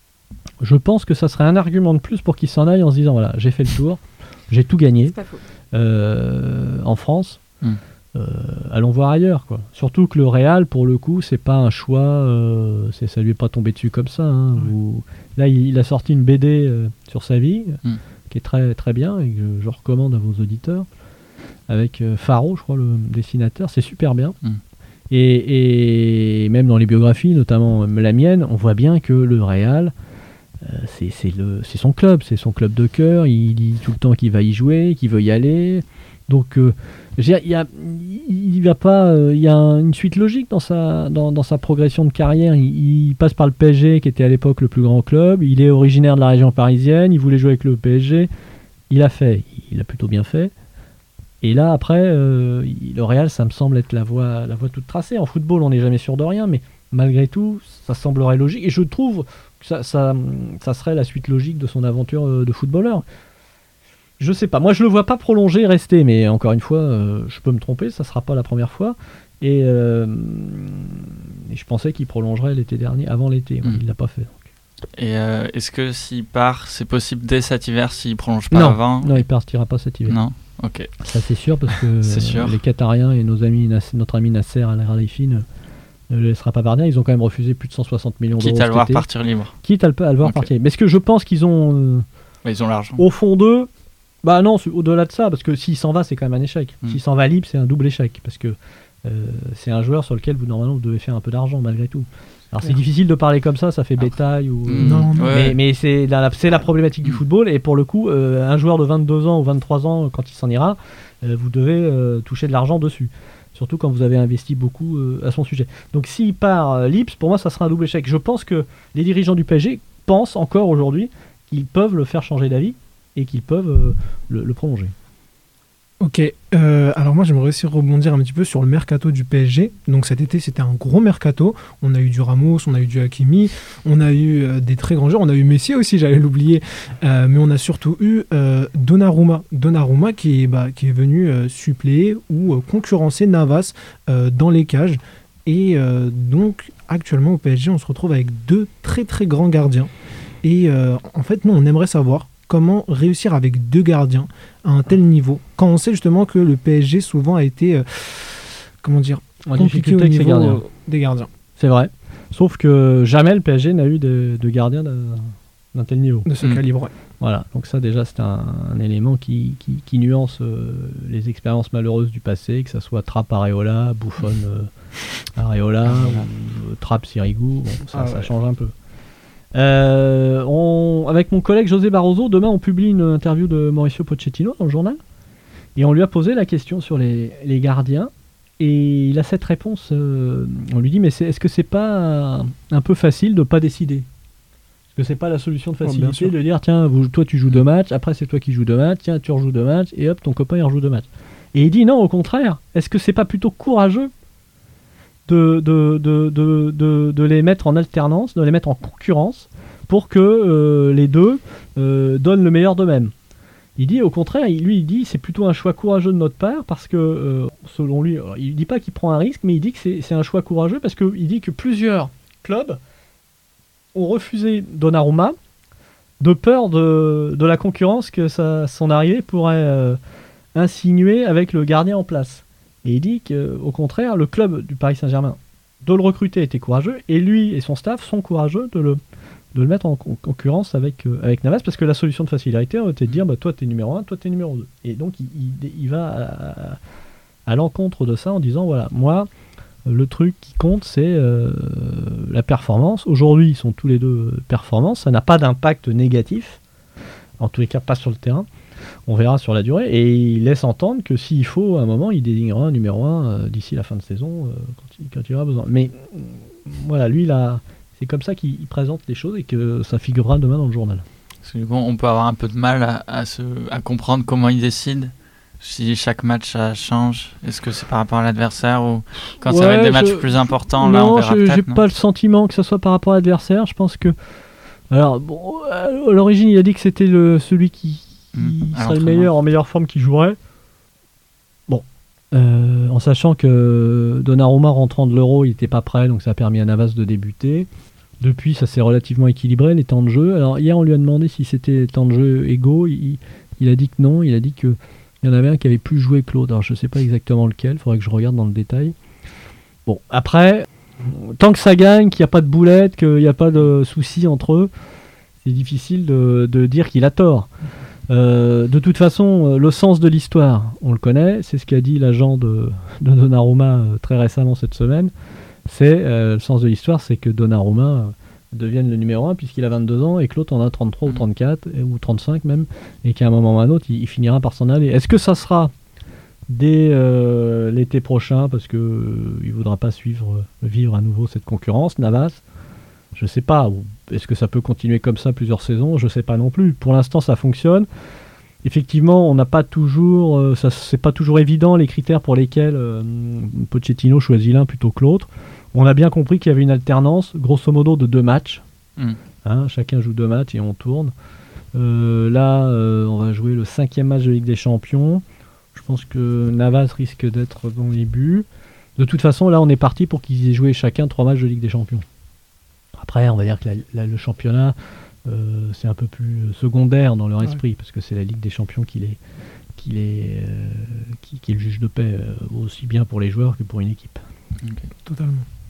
je pense que ça serait un argument de plus pour qu'il s'en aille en se disant voilà, j'ai fait le tour, j'ai tout gagné. C'est pas faux. Euh, en France, mm. euh, allons voir ailleurs, quoi. Surtout que le Real, pour le coup, c'est pas un choix, euh, c'est, ça lui est pas tombé dessus comme ça. Hein, mm. où, là, il, il a sorti une B D euh, sur sa vie, mm. qui est très très bien et que je, je recommande à vos auditeurs, avec euh, Faro, je crois, le dessinateur, c'est super bien. Mm. Et, et même dans les biographies, notamment la mienne, on voit bien que le Real, euh, c'est, c'est, le, c'est son club, c'est son club de cœur. Il dit tout le temps qu'il va y jouer, qu'il veut y aller. Donc, euh, il y a, il va pas, euh, il y a une suite logique dans sa, dans, dans sa progression de carrière. Il, il passe par le P S G, qui était à l'époque le plus grand club. Il est originaire de la région parisienne. Il voulait jouer avec le P S G. Il a fait, il a plutôt bien fait. Et là, après, euh, le Real, ça me semble être la voie, la voie toute tracée. En football, on n'est jamais sûr de rien, mais malgré tout, ça semblerait logique. Et je trouve que ça, ça, ça serait la suite logique de son aventure de footballeur. Je sais pas. Moi, je le vois pas prolonger et rester, mais encore une fois, euh, je peux me tromper, ça sera pas la première fois. Et, euh, et je pensais qu'il prolongerait l'été dernier, avant l'été. Mmh. Il l'a pas fait. Donc. Et euh, est-ce que s'il part, c'est possible dès cet hiver s'il prolonge pas non. avant? Non, il partira pas cet hiver. Non. Ok. Ça c'est sûr parce que c'est sûr. Euh, les Qatariens et nos amis, notre ami Nasser Al-Khelaifi ne, ne le laissera pas partir. Ils ont quand même refusé plus de cent soixante millions d'euros. Quitte à le voir partir libre. Quitte à le, à le voir okay. partir libre. Mais est-ce que je pense qu'ils ont, euh, bah, ils ont l'argent. Au fond d'eux, bah non, au-delà de ça, parce que s'il s'en va, c'est quand même un échec. Mm. S'il s'en va libre, c'est un double échec parce que euh, c'est un joueur sur lequel vous normalement vous devez faire un peu d'argent malgré tout. Alors c'est difficile de parler comme ça, ça fait bétail ou mmh, non, non. Mais, ouais. mais c'est la, c'est la problématique mmh. du football et pour le coup, euh, un joueur de vingt-deux ans ou vingt-trois ans, quand il s'en ira, euh, vous devez euh, toucher de l'argent dessus. Surtout quand vous avez investi beaucoup euh, à son sujet. Donc s'il part euh, libre, pour moi ça sera un double échec. Je pense que les dirigeants du P S G pensent encore aujourd'hui qu'ils peuvent le faire changer d'avis et qu'ils peuvent euh, le, le prolonger. Ok, euh, alors moi j'aimerais aussi rebondir un petit peu sur le mercato du P S G. Donc cet été c'était un gros mercato, on a eu du Ramos, on a eu du Hakimi, on a eu euh, des très grands joueurs, on a eu Messi aussi, j'allais l'oublier, euh, mais on a surtout eu euh, Donnarumma, Donnarumma qui est, bah, qui est venu euh, suppléer ou euh, concurrencer Navas euh, dans les cages. Et euh, donc actuellement au P S G on se retrouve avec deux très très grands gardiens. Et euh, en fait nous on aimerait savoir comment réussir avec deux gardiens à un tel niveau, quand on sait justement que le P S G souvent a été, euh, comment dire, en compliqué au niveau gardiens. Euh, des gardiens. C'est vrai. Sauf que jamais le P S G n'a eu de, de gardiens d'un, d'un tel niveau. De ce mmh. calibre, ouais. Voilà, donc ça déjà c'est un, un élément qui, qui, qui nuance euh, les expériences malheureuses du passé, que ça soit Trapp Areola, Buffon euh, Areola, ou euh, Trapp Sirigu, bon, ça, ah, ça ouais. change un peu. Euh, on, avec mon collègue José Barroso, demain on publie une interview de Mauricio Pochettino dans le journal et on lui a posé la question sur les, les gardiens et il a cette réponse. Euh, on lui dit mais c'est, est-ce que c'est pas un, un peu facile de pas décider? Est-ce que c'est pas la solution de facilité oh, de dire tiens vous, toi tu joues deux matchs, après c'est toi qui joues deux matchs, tiens tu rejoues deux matchs et hop ton copain il rejoue deux matchs. Et il dit non au contraire, est-ce que c'est pas plutôt courageux De, de, de, de, de, de les mettre en alternance, de les mettre en concurrence pour que euh, les deux euh, donnent le meilleur d'eux-mêmes. Il dit au contraire, il, lui il dit c'est plutôt un choix courageux de notre part parce que euh, selon lui, alors, il dit pas qu'il prend un risque mais il dit que c'est, c'est un choix courageux parce qu'il dit que plusieurs clubs ont refusé Donnarumma de peur de, de la concurrence que sa, son arrivée pourrait euh, insinuer avec le gardien en place. Et il dit qu'au contraire, le club du Paris Saint-Germain de le recruter était courageux, et lui et son staff sont courageux de le, de le mettre en con- concurrence avec, euh, avec Navas, parce que la solution de facilité était de dire bah, toi t'es numéro un, toi t'es numéro deux. Et donc il, il, il va à, à l'encontre de ça en disant voilà, moi, le truc qui compte c'est euh, la performance. Aujourd'hui, ils sont tous les deux performants, ça n'a pas d'impact négatif, en tous les cas pas sur le terrain. On verra sur la durée, et il laisse entendre que s'il faut, à un moment, il désignera un numéro un euh, d'ici la fin de saison, euh, quand, il, quand il aura besoin. Mais voilà, lui, là, c'est comme ça qu'il présente les choses et que ça figurera demain dans le journal. Parce que, bon, on peut avoir un peu de mal à, à, se, à comprendre comment il décide. Si chaque match ça change, est-ce que c'est par rapport à l'adversaire ou quand ouais, ça va être des matchs je... plus importants, là, non, on verra je, peut-être, j'ai non pas le sentiment que ça soit par rapport à l'adversaire. Je pense que, alors, bon, à l'origine, il a dit que c'était le, celui qui qui mmh, serait le meilleur, en meilleure forme qui jouerait. Bon, euh, en sachant que Donnarumma rentrant de l'Euro, il n'était pas prêt, donc ça a permis à Navas de débuter. Depuis, ça s'est relativement équilibré, les temps de jeu. Alors hier, on lui a demandé si c'était temps de jeu égaux. Il, il a dit que non. Il a dit qu'il y en avait un qui avait plus joué que l'autre. Alors je ne sais pas exactement lequel, il faudrait que je regarde dans le détail. Bon, après, tant que ça gagne, qu'il n'y a pas de boulette, qu'il n'y a pas de soucis entre eux, c'est difficile de, de dire qu'il a tort. Euh, de toute façon, euh, le sens de l'histoire, on le connaît. C'est ce qu'a dit l'agent de, de Donnarumma euh, très récemment cette semaine. C'est euh, le sens de l'histoire, c'est que Donnarumma euh, devienne le numéro un puisqu'il a vingt-deux ans et que l'autre en a trente-trois mmh. ou trente-quatre et, ou trente-cinq même, et qu'à un moment ou à un autre, il, il finira par s'en aller. Est-ce que ça sera dès euh, l'été prochain parce que euh, il voudra pas suivre, vivre à nouveau cette concurrence, Navas? Je sais pas. Est-ce que ça peut continuer comme ça plusieurs saisons? Je sais pas non plus. Pour l'instant, ça fonctionne. Effectivement, on n'a pas toujours, euh, ça c'est pas toujours évident les critères pour lesquels euh, Pochettino choisit l'un plutôt que l'autre. On a bien compris qu'il y avait une alternance, grosso modo de deux matchs. Mm. Hein, chacun joue deux matchs et on tourne. Euh, là, euh, on va jouer le cinquième match de Ligue des Champions. Je pense que Navas risque d'être dans les buts. De toute façon, là, on est parti pour qu'ils aient joué chacun trois matchs de Ligue des Champions. Après, on va dire que la, la, le championnat, euh, c'est un peu plus secondaire dans leur esprit, ouais. Parce que c'est la Ligue des Champions qui, les, qui, les, euh, qui, qui est le juge de paix, euh, aussi bien pour les joueurs que pour une équipe. Okay. Totalement.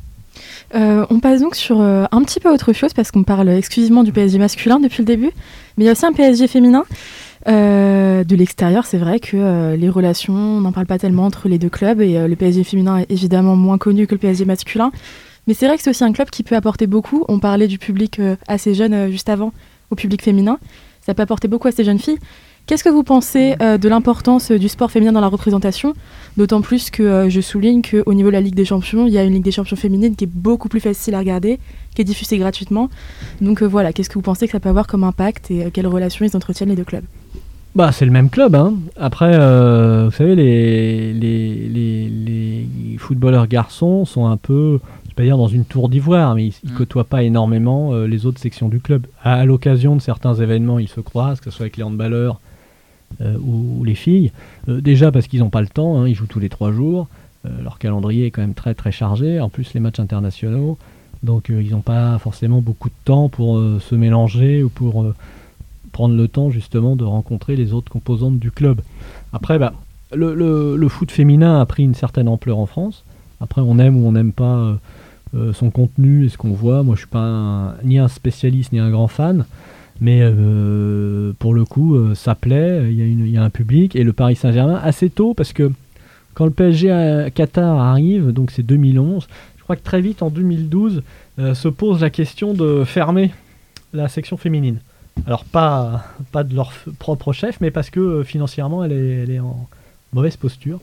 Euh, on passe donc sur euh, un petit peu autre chose, parce qu'on parle exclusivement du P S G masculin depuis le début, mais il y a aussi un P S G féminin. Euh, de l'extérieur, c'est vrai que euh, les relations, on n'en parle pas tellement entre les deux clubs, et euh, le P S G féminin est évidemment moins connu que le P S G masculin. Mais c'est vrai que c'est aussi un club qui peut apporter beaucoup. On parlait du public euh, assez jeune euh, juste avant, au public féminin. Ça peut apporter beaucoup à ces jeunes filles. Qu'est-ce que vous pensez euh, de l'importance euh, du sport féminin dans la représentation? D'autant plus que euh, je souligne qu'au niveau de la Ligue des Champions, il y a une Ligue des Champions féminine qui est beaucoup plus facile à regarder, qui est diffusée gratuitement. Donc euh, voilà, qu'est-ce que vous pensez que ça peut avoir comme impact et euh, quelles relations ils entretiennent les deux clubs? Bah, c'est le même club, hein. Après, euh, vous savez, les, les, les, les footballeurs garçons sont un peu, je vais pas dire dans une tour d'ivoire, mais ils, ils côtoient pas énormément euh, les autres sections du club. À, à l'occasion de certains événements, ils se croisent, que ce soit avec les handballeurs euh, ou, ou les filles. Euh, déjà parce qu'ils n'ont pas le temps, hein, ils jouent tous les trois jours. Euh, leur calendrier est quand même très très chargé. En plus, les matchs internationaux, donc euh, ils n'ont pas forcément beaucoup de temps pour euh, se mélanger ou pour euh, prendre le temps justement de rencontrer les autres composantes du club. Après, bah, le, le, le foot féminin a pris une certaine ampleur en France. Après, on aime ou on n'aime pas euh, euh, son contenu et ce qu'on voit. Moi, je suis pas un, ni un spécialiste ni un grand fan, mais euh, pour le coup, euh, ça plaît. Il y a une, il y a un public, et le Paris Saint-Germain assez tôt, parce que quand le P S G à Qatar arrive, donc c'est deux mille onze, je crois que très vite en deux mille douze euh, se pose la question de fermer la section féminine. Alors pas, pas de leur f- propre chef, mais parce que euh, financièrement elle est, elle est en mauvaise posture,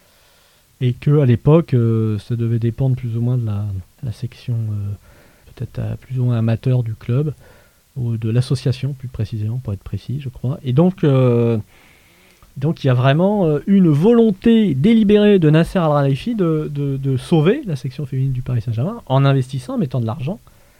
et que à l'époque euh, ça devait dépendre plus ou moins de la, la section euh, peut-être à, plus ou moins amateur du club, ou de l'association plus précisément pour être précis je crois. Et donc euh, donc il y a vraiment euh, une volonté délibérée de Nasser Al-Khelaifi de, de, de sauver la section féminine du Paris Saint-Germain en investissant, en mettant de l'argent,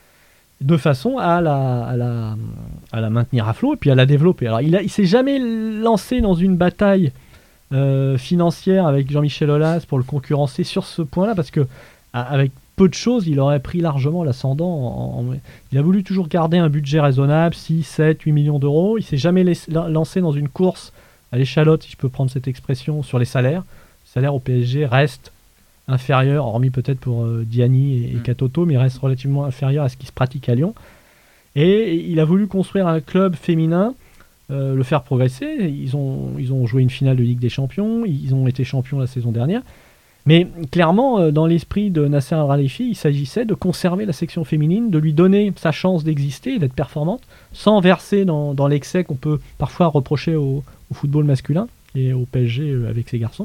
de façon à la, à, la, à la maintenir à flot et puis à la développer. Alors il ne s'est jamais lancé dans une bataille euh, financière avec Jean-Michel Aulas pour le concurrencer sur ce point-là, parce que à, avec peu de choses, il aurait pris largement l'ascendant. En, en, il a voulu toujours garder un budget raisonnable, six, sept, huit millions d'euros. Il ne s'est jamais laissé, lancé dans une course à l'échalote, si je peux prendre cette expression, sur les salaires. Les salaires au P S G restent inférieur, hormis peut-être pour euh, Diani et, et Katoto, mais reste relativement inférieur à ce qui se pratique à Lyon. Et il a voulu construire un club féminin, euh, le faire progresser. Ils ont, ils ont joué une finale de Ligue des Champions, ils ont été champions la saison dernière. Mais clairement, euh, dans l'esprit de Nasser Al-Khelaifi, il s'agissait de conserver la section féminine, de lui donner sa chance d'exister et d'être performante, sans verser dans, dans l'excès qu'on peut parfois reprocher au, au football masculin et au P S G euh, avec ses garçons.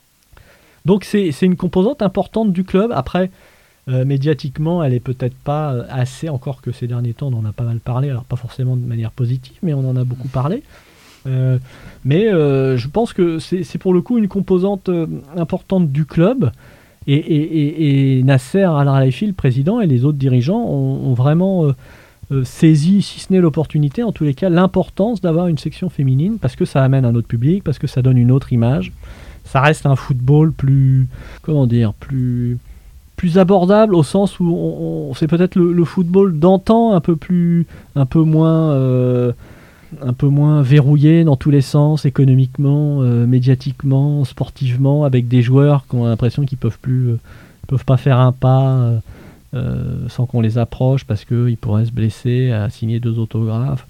Donc c'est, c'est une composante importante du club. Après, euh, médiatiquement, elle est peut-être pas euh, assez, encore que ces derniers temps, on en a pas mal parlé, alors pas forcément de manière positive, mais on en a beaucoup parlé. Euh, mais euh, je pense que c'est, c'est pour le coup une composante euh, importante du club. Et, et, et, et Nasser Al-Khelaifi, le président, et les autres dirigeants ont, ont vraiment euh, euh, saisi, si ce n'est l'opportunité, en tous les cas, l'importance d'avoir une section féminine, parce que ça amène un autre public, parce que ça donne une autre image. Ça reste un football plus, comment dire, plus, plus abordable, au sens où on, on, c'est peut-être le, le football d'antan, un peu plus, un peu moins, euh, un peu moins verrouillé dans tous les sens, économiquement, euh, médiatiquement, sportivement, avec des joueurs qui ont l'impression qu'ils peuvent plus, euh, peuvent pas faire un pas euh, euh, sans qu'on les approche parce qu'ils pourraient se blesser à signer deux autographes.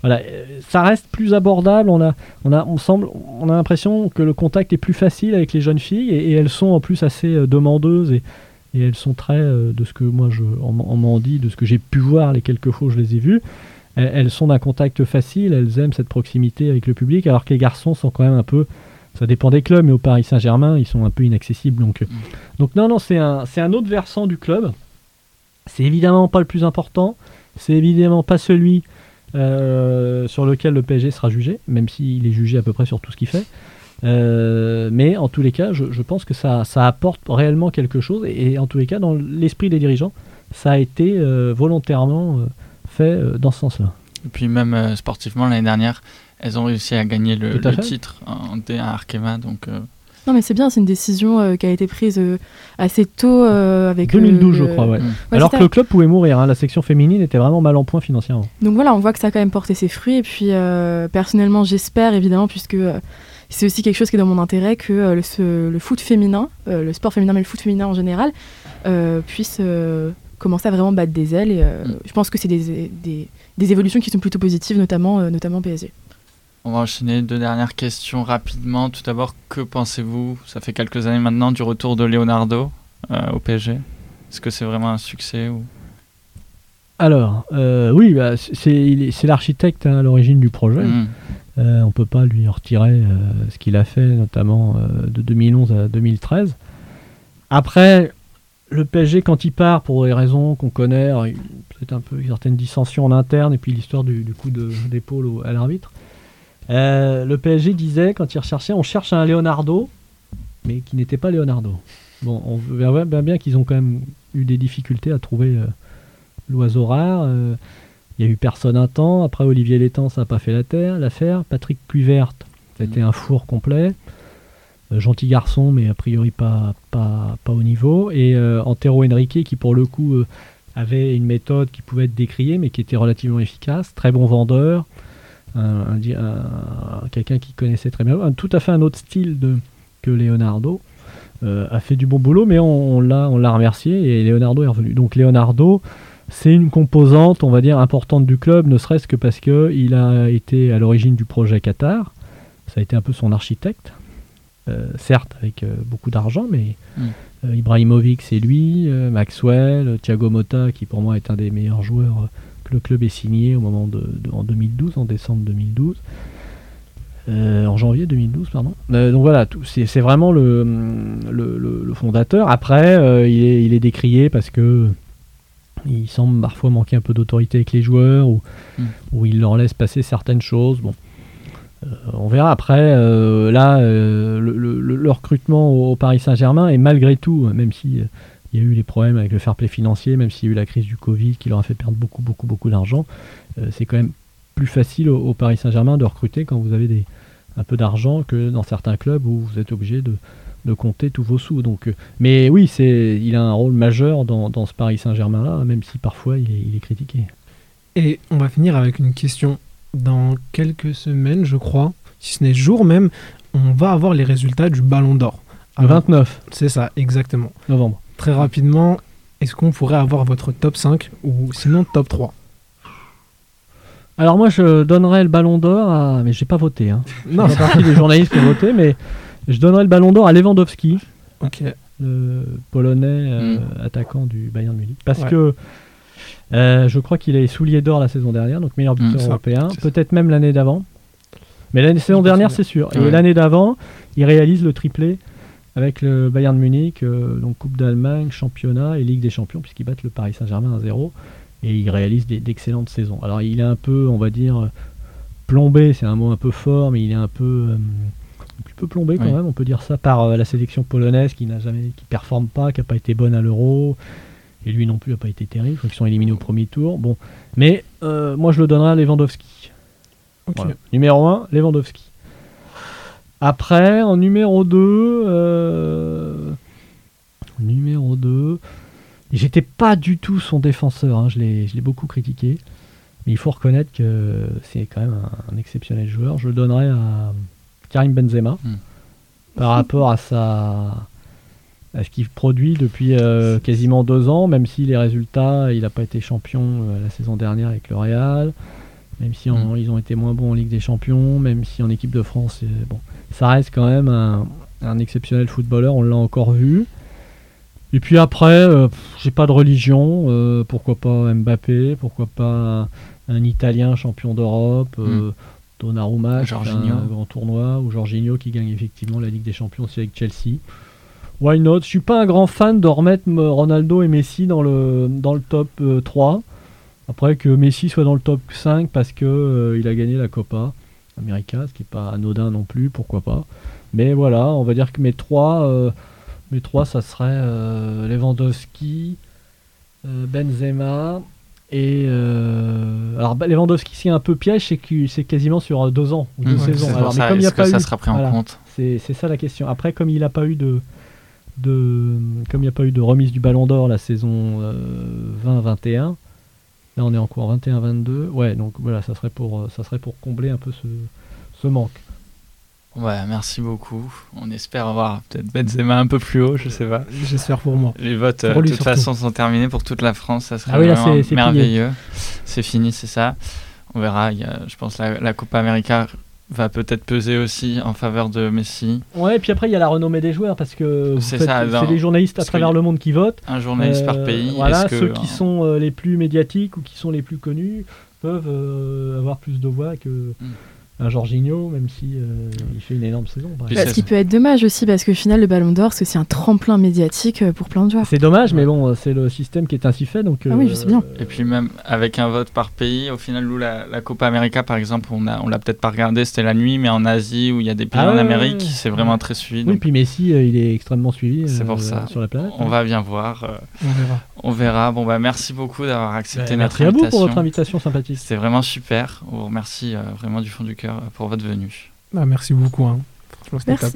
voilà, ça reste plus abordable. On a, on a, on semble, on a l'impression que le contact est plus facile avec les jeunes filles et, et elles sont en plus assez euh, demandeuses et, et elles sont très, euh, de ce que moi je, on, on m'en dit, de ce que j'ai pu voir les quelques fois où je les ai vues, elles, elles sont d'un contact facile. Elles aiment cette proximité avec le public, alors que les garçons sont quand même un peu, ça dépend des clubs, mais au Paris Saint-Germain, ils sont un peu inaccessibles. Donc, mmh. donc non, non, c'est un, c'est un autre versant du club. C'est évidemment pas le plus important. C'est évidemment pas celui Euh, sur lequel le P S G sera jugé, même s'il est jugé à peu près sur tout ce qu'il fait. Euh, mais en tous les cas, je, je pense que ça, ça apporte réellement quelque chose. Et, et en tous les cas, dans l'esprit des dirigeants, ça a été euh, volontairement euh, fait euh, dans ce sens-là. Et puis même euh, sportivement, l'année dernière, elles ont réussi à gagner le, le titre en D un à Arkema. Donc, euh... Non mais c'est bien, c'est une décision euh, qui a été prise euh, assez tôt euh, avec deux mille douze le, je crois, ouais. Mmh. ouais Alors que le club pouvait mourir, hein. La section féminine était vraiment mal en point financièrement. Donc voilà, on voit que ça a quand même porté ses fruits et puis euh, personnellement j'espère évidemment, puisque euh, c'est aussi quelque chose qui est dans mon intérêt, que euh, le, ce, le foot féminin, euh, le sport féminin mais le foot féminin en général, euh, puisse euh, commencer à vraiment battre des ailes et euh, mmh. je pense que c'est des, des, des évolutions qui sont plutôt positives, notamment, euh, notamment P S G. On va enchaîner deux dernières questions rapidement. Tout d'abord, que pensez-vous, ça fait quelques années maintenant, du retour de Leonardo euh, au P S G ? Est-ce que c'est vraiment un succès ou... Alors, euh, oui, bah, c'est, il est, c'est l'architecte hein, à l'origine du projet. Mmh. Euh, on ne peut pas lui retirer euh, ce qu'il a fait, notamment euh, de deux mille onze à deux mille treize. Après, le P S G, quand il part, pour les raisons qu'on connaît, alors, peut-être un peu certaines dissensions en interne, et puis l'histoire du, du coup de, d'épaule au, à l'arbitre, Euh, le P S G disait, quand il recherchait, on cherche un Leonardo, mais qui n'était pas Leonardo. Bon, on verra bien, bien qu'ils ont quand même eu des difficultés à trouver euh, l'oiseau rare. Euh, il y a eu personne un temps. Après, Olivier Létang, ça n'a pas fait la terre, l'affaire. Patrick Kluivert, ça a été un four complet. Euh, gentil garçon, mais a priori pas, pas, pas au niveau. Et euh, Antero Henrique, qui pour le coup euh, avait une méthode qui pouvait être décriée, mais qui était relativement efficace. Très bon vendeur. Un, un, un, quelqu'un qui connaissait très bien, un, tout à fait un autre style de, que Leonardo, euh, a fait du bon boulot, mais on, on, l'a, on l'a remercié et Leonardo est revenu. Donc Leonardo, c'est une composante, on va dire, importante du club, ne serait-ce que parce qu'il a été à l'origine du projet Qatar, ça a été un peu son architecte, euh, certes avec euh, beaucoup d'argent, mais mm. euh, Ibrahimovic c'est lui, euh, Maxwell, Thiago Motta qui pour moi est un des meilleurs joueurs euh, que le club est signé au moment de, de en deux mille douze, en décembre deux mille douze, euh, en janvier deux mille douze, pardon. Euh, donc voilà, tout, c'est, c'est vraiment le, le, le, le fondateur. Après, euh, il, est, il est décrié parce que il semble parfois manquer un peu d'autorité avec les joueurs ou, mmh. ou il leur laisse passer certaines choses. Bon, euh, on verra après. Euh, là, euh, le, le, le recrutement au, au Paris Saint-Germain est malgré tout, même si euh, il y a eu les problèmes avec le fair play financier, même s'il y a eu la crise du Covid qui leur a fait perdre beaucoup, beaucoup, beaucoup d'argent, euh, c'est quand même plus facile au, au Paris Saint-Germain de recruter quand vous avez des, un peu d'argent que dans certains clubs où vous êtes obligé de, de compter tous vos sous. Donc, euh, mais oui, c'est, il a un rôle majeur dans, dans ce Paris Saint-Germain-là, même si parfois il est, il est critiqué. Et on va finir avec une question. Dans quelques semaines, je crois, si ce n'est jour même, on va avoir les résultats du Ballon d'Or. Le vingt-neuf. C'est ça, exactement. Novembre. Très rapidement, est-ce qu'on pourrait avoir votre top cinq ou sinon top trois ? Alors moi, je donnerais le Ballon d'Or à... Mais j'ai pas voté. Hein. Non, c'est partie des journalistes qui ont voté, mais je donnerais le Ballon d'Or à Lewandowski, okay. le Polonais euh, mmh. attaquant du Bayern Munich. Parce ouais. que euh, je crois qu'il a les souliers d'or la saison dernière, donc meilleur buteur mmh, européen. Ça, peut-être même l'année d'avant. Mais la saison dernière, c'est sûr. Et ouais. l'année d'avant, il réalise le triplé avec le Bayern Munich, euh, donc Coupe d'Allemagne, Championnat et Ligue des Champions, puisqu'ils battent le Paris Saint-Germain un zéro. Et il réalise des, d'excellentes saisons. Alors il est un peu, on va dire, plombé, c'est un mot un peu fort, mais il est un peu, euh, un petit peu plombé quand oui. même, on peut dire ça, par euh, la sélection polonaise qui n'a jamais, qui performe pas, qui n'a pas été bonne à l'Euro, et lui non plus n'a pas été terrible, ils sont éliminés au premier tour. Bon, mais euh, moi je le donnerai à Lewandowski. Okay. Voilà. Numéro un, Lewandowski. Après, en numéro deux, euh, numéro deux, j'étais pas du tout son défenseur, hein, je, l'ai, je l'ai beaucoup critiqué, mais il faut reconnaître que c'est quand même un, un exceptionnel joueur. Je le donnerais à Karim Benzema, mmh. par rapport à, sa, à ce qu'il produit depuis euh, quasiment deux ans, même si les résultats, il n'a pas été champion euh, la saison dernière avec le Real. Même si en, mmh. ils ont été moins bons en Ligue des Champions, même si en équipe de France, bon, ça reste quand même un, un exceptionnel footballeur, on l'a encore vu. Et puis après, euh, pff, j'ai pas de religion, euh, pourquoi pas Mbappé, pourquoi pas un, un Italien champion d'Europe, euh, mmh. Donnarumma, Jorginho. un grand tournoi, ou Jorginho qui gagne effectivement la Ligue des Champions aussi avec Chelsea. Why not? Je suis pas un grand fan de remettre Ronaldo et Messi dans le, dans le top euh, trois. Après que Messi soit dans le top cinq parce qu'il euh, a gagné la Copa América, ce qui n'est pas anodin non plus, pourquoi pas. Mais voilà, on va dire que mes trois, euh, mes trois ça serait euh, Lewandowski, euh, Benzema et... Euh, alors Lewandowski, c'est un peu piège, c'est que c'est quasiment sur deux ans ou deux mmh, saisons. Alors, ça, mais comme il y a que pas ça eu, sera pris en voilà, compte c'est, c'est ça la question. Après, comme il n'a pas eu de... de comme il n'y a pas eu de remise du Ballon d'Or la saison euh, vingt vingt et un, là, on est en quoi, vingt et un vingt-deux. Ouais, donc voilà, ça serait pour, ça serait pour combler un peu ce, ce manque. Ouais, merci beaucoup. On espère avoir peut-être Benzema un peu plus haut, je sais pas. J'espère pour moi. Les votes, pour euh, de toute surtout. façon, sont terminés pour toute la France. Ça serait ah oui, là, vraiment c'est, c'est merveilleux. Plié. C'est fini, c'est ça. On verra. Il y a, je pense la, la Copa América va peut-être peser aussi en faveur de Messi. Ouais, et puis après, il y a la renommée des joueurs parce que c'est, faites, ça, c'est les journalistes à travers le monde qui votent. Un journaliste euh, par pays. Voilà, Est-ce ceux que, qui euh, sont euh, les plus médiatiques ou qui sont les plus connus peuvent euh, avoir plus de voix que... Mm. Un Jorginho, même si euh, il fait une énorme saison. Bah, ce qui peut être dommage aussi, parce qu'au final, le Ballon d'Or, c'est aussi un tremplin médiatique pour plein de joueurs. C'est dommage, mais bon, c'est le système qui est ainsi fait. Donc, ah euh, oui, je sais bien. Et puis même avec un vote par pays, au final, nous, la, la Copa América, par exemple, on a, on l'a peut-être pas regardé, c'était la nuit, mais en Asie, où il y a des pays ah, en Amérique, ouais, c'est vraiment ouais. très suivi. Oui, donc... puis Messi, euh, il est extrêmement suivi c'est pour euh, ça. sur la planète. On hein. va bien voir. Euh, on verra. On verra. Bon, bah, merci beaucoup d'avoir accepté bah, notre merci invitation. Merci à vous pour votre invitation sympathique. C'était vraiment super. On vous remercie euh, vraiment du fond du cœur pour votre venue. Ah, merci beaucoup. Hein. Franchement, c'était merci. top.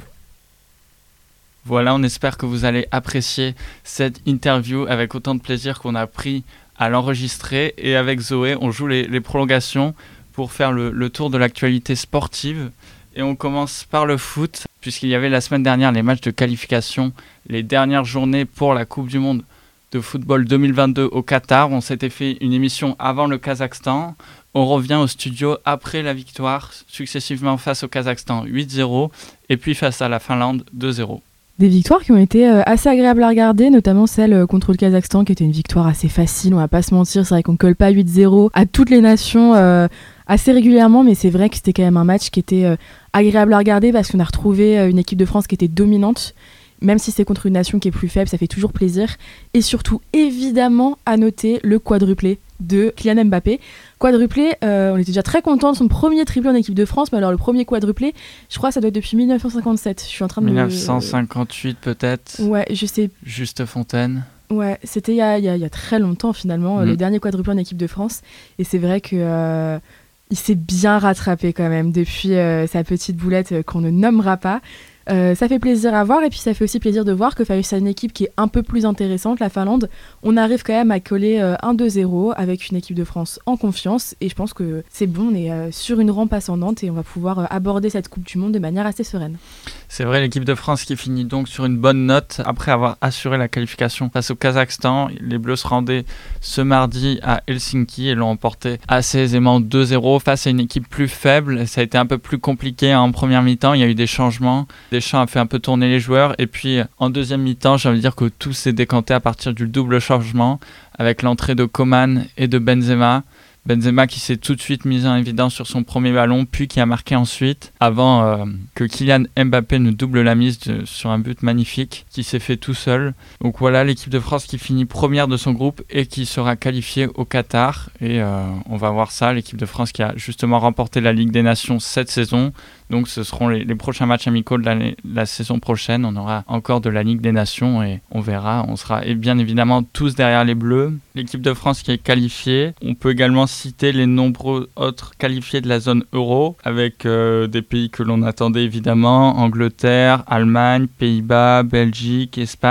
Voilà, on espère que vous allez apprécier cette interview avec autant de plaisir qu'on a pris à l'enregistrer. Et avec Zoé, on joue les, les prolongations pour faire le, le tour de l'actualité sportive. Et on commence par le foot, puisqu'il y avait la semaine dernière les matchs de qualification, les dernières journées pour la Coupe du Monde de football deux mille vingt-deux au Qatar. On s'était fait une émission avant le Kazakhstan. On revient au studio après la victoire, successivement face au Kazakhstan huit zéro et puis face à la Finlande deux zéro. Des victoires qui ont été euh, assez agréables à regarder, notamment celle euh, contre le Kazakhstan qui était une victoire assez facile, on va pas se mentir, c'est vrai qu'on colle pas huit zéro à toutes les nations euh, assez régulièrement, mais c'est vrai que c'était quand même un match qui était euh, agréable à regarder parce qu'on a retrouvé euh, une équipe de France qui était dominante. Même si c'est contre une nation qui est plus faible, ça fait toujours plaisir. Et surtout, évidemment, à noter le quadruplé de Kylian Mbappé. Quadruplé, euh, on était déjà très contents de son premier triplé en équipe de France, mais alors le premier quadruplé, je crois que ça doit être depuis dix-neuf cent cinquante-sept. Je suis en train de dix-neuf cent cinquante-huit me... peut-être. Ouais, je sais. Juste Fontaine. Ouais, c'était il y a, il y a, il y a très longtemps finalement, mmh. le dernier quadruplé en équipe de France. Et c'est vrai que... Euh, il s'est bien rattrapé quand même depuis euh, sa petite boulette euh, qu'on ne nommera pas. Euh, ça fait plaisir à voir et puis ça fait aussi plaisir de voir que face à une équipe qui est un peu plus intéressante, la Finlande, on arrive quand même à coller euh, un deux zéro avec une équipe de France en confiance et je pense que c'est bon, on est euh, sur une rampe ascendante et on va pouvoir euh, aborder cette Coupe du Monde de manière assez sereine. C'est vrai, l'équipe de France qui finit donc sur une bonne note après avoir assuré la qualification face au Kazakhstan. Les Bleus se rendaient ce mardi à Helsinki et l'ont emporté assez aisément deux zéro face à une équipe plus faible. Ça a été un peu plus compliqué en première mi-temps, il y a eu des changements. Deschamps a fait un peu tourner les joueurs et puis en deuxième mi-temps, j'ai envie de dire que tout s'est décanté à partir du double changement avec l'entrée de Coman et de Benzema. Benzema qui s'est tout de suite mis en évidence sur son premier ballon, puis qui a marqué ensuite, avant euh, que Kylian Mbappé ne double la mise de, sur un but magnifique qui s'est fait tout seul. Donc voilà, l'équipe de France qui finit première de son groupe et qui sera qualifiée au Qatar. Et euh, on va voir ça, l'équipe de France qui a justement remporté la Ligue des Nations cette saison. Donc ce seront les, les prochains matchs amicaux de la, la saison prochaine. On aura encore de la Ligue des Nations et on verra. On sera et bien évidemment tous derrière les Bleus. L'équipe de France qui est qualifiée. On peut également citer les nombreux autres qualifiés de la zone euro avec euh, des pays que l'on attendait évidemment. Angleterre, Allemagne, Pays-Bas, Belgique, Espagne.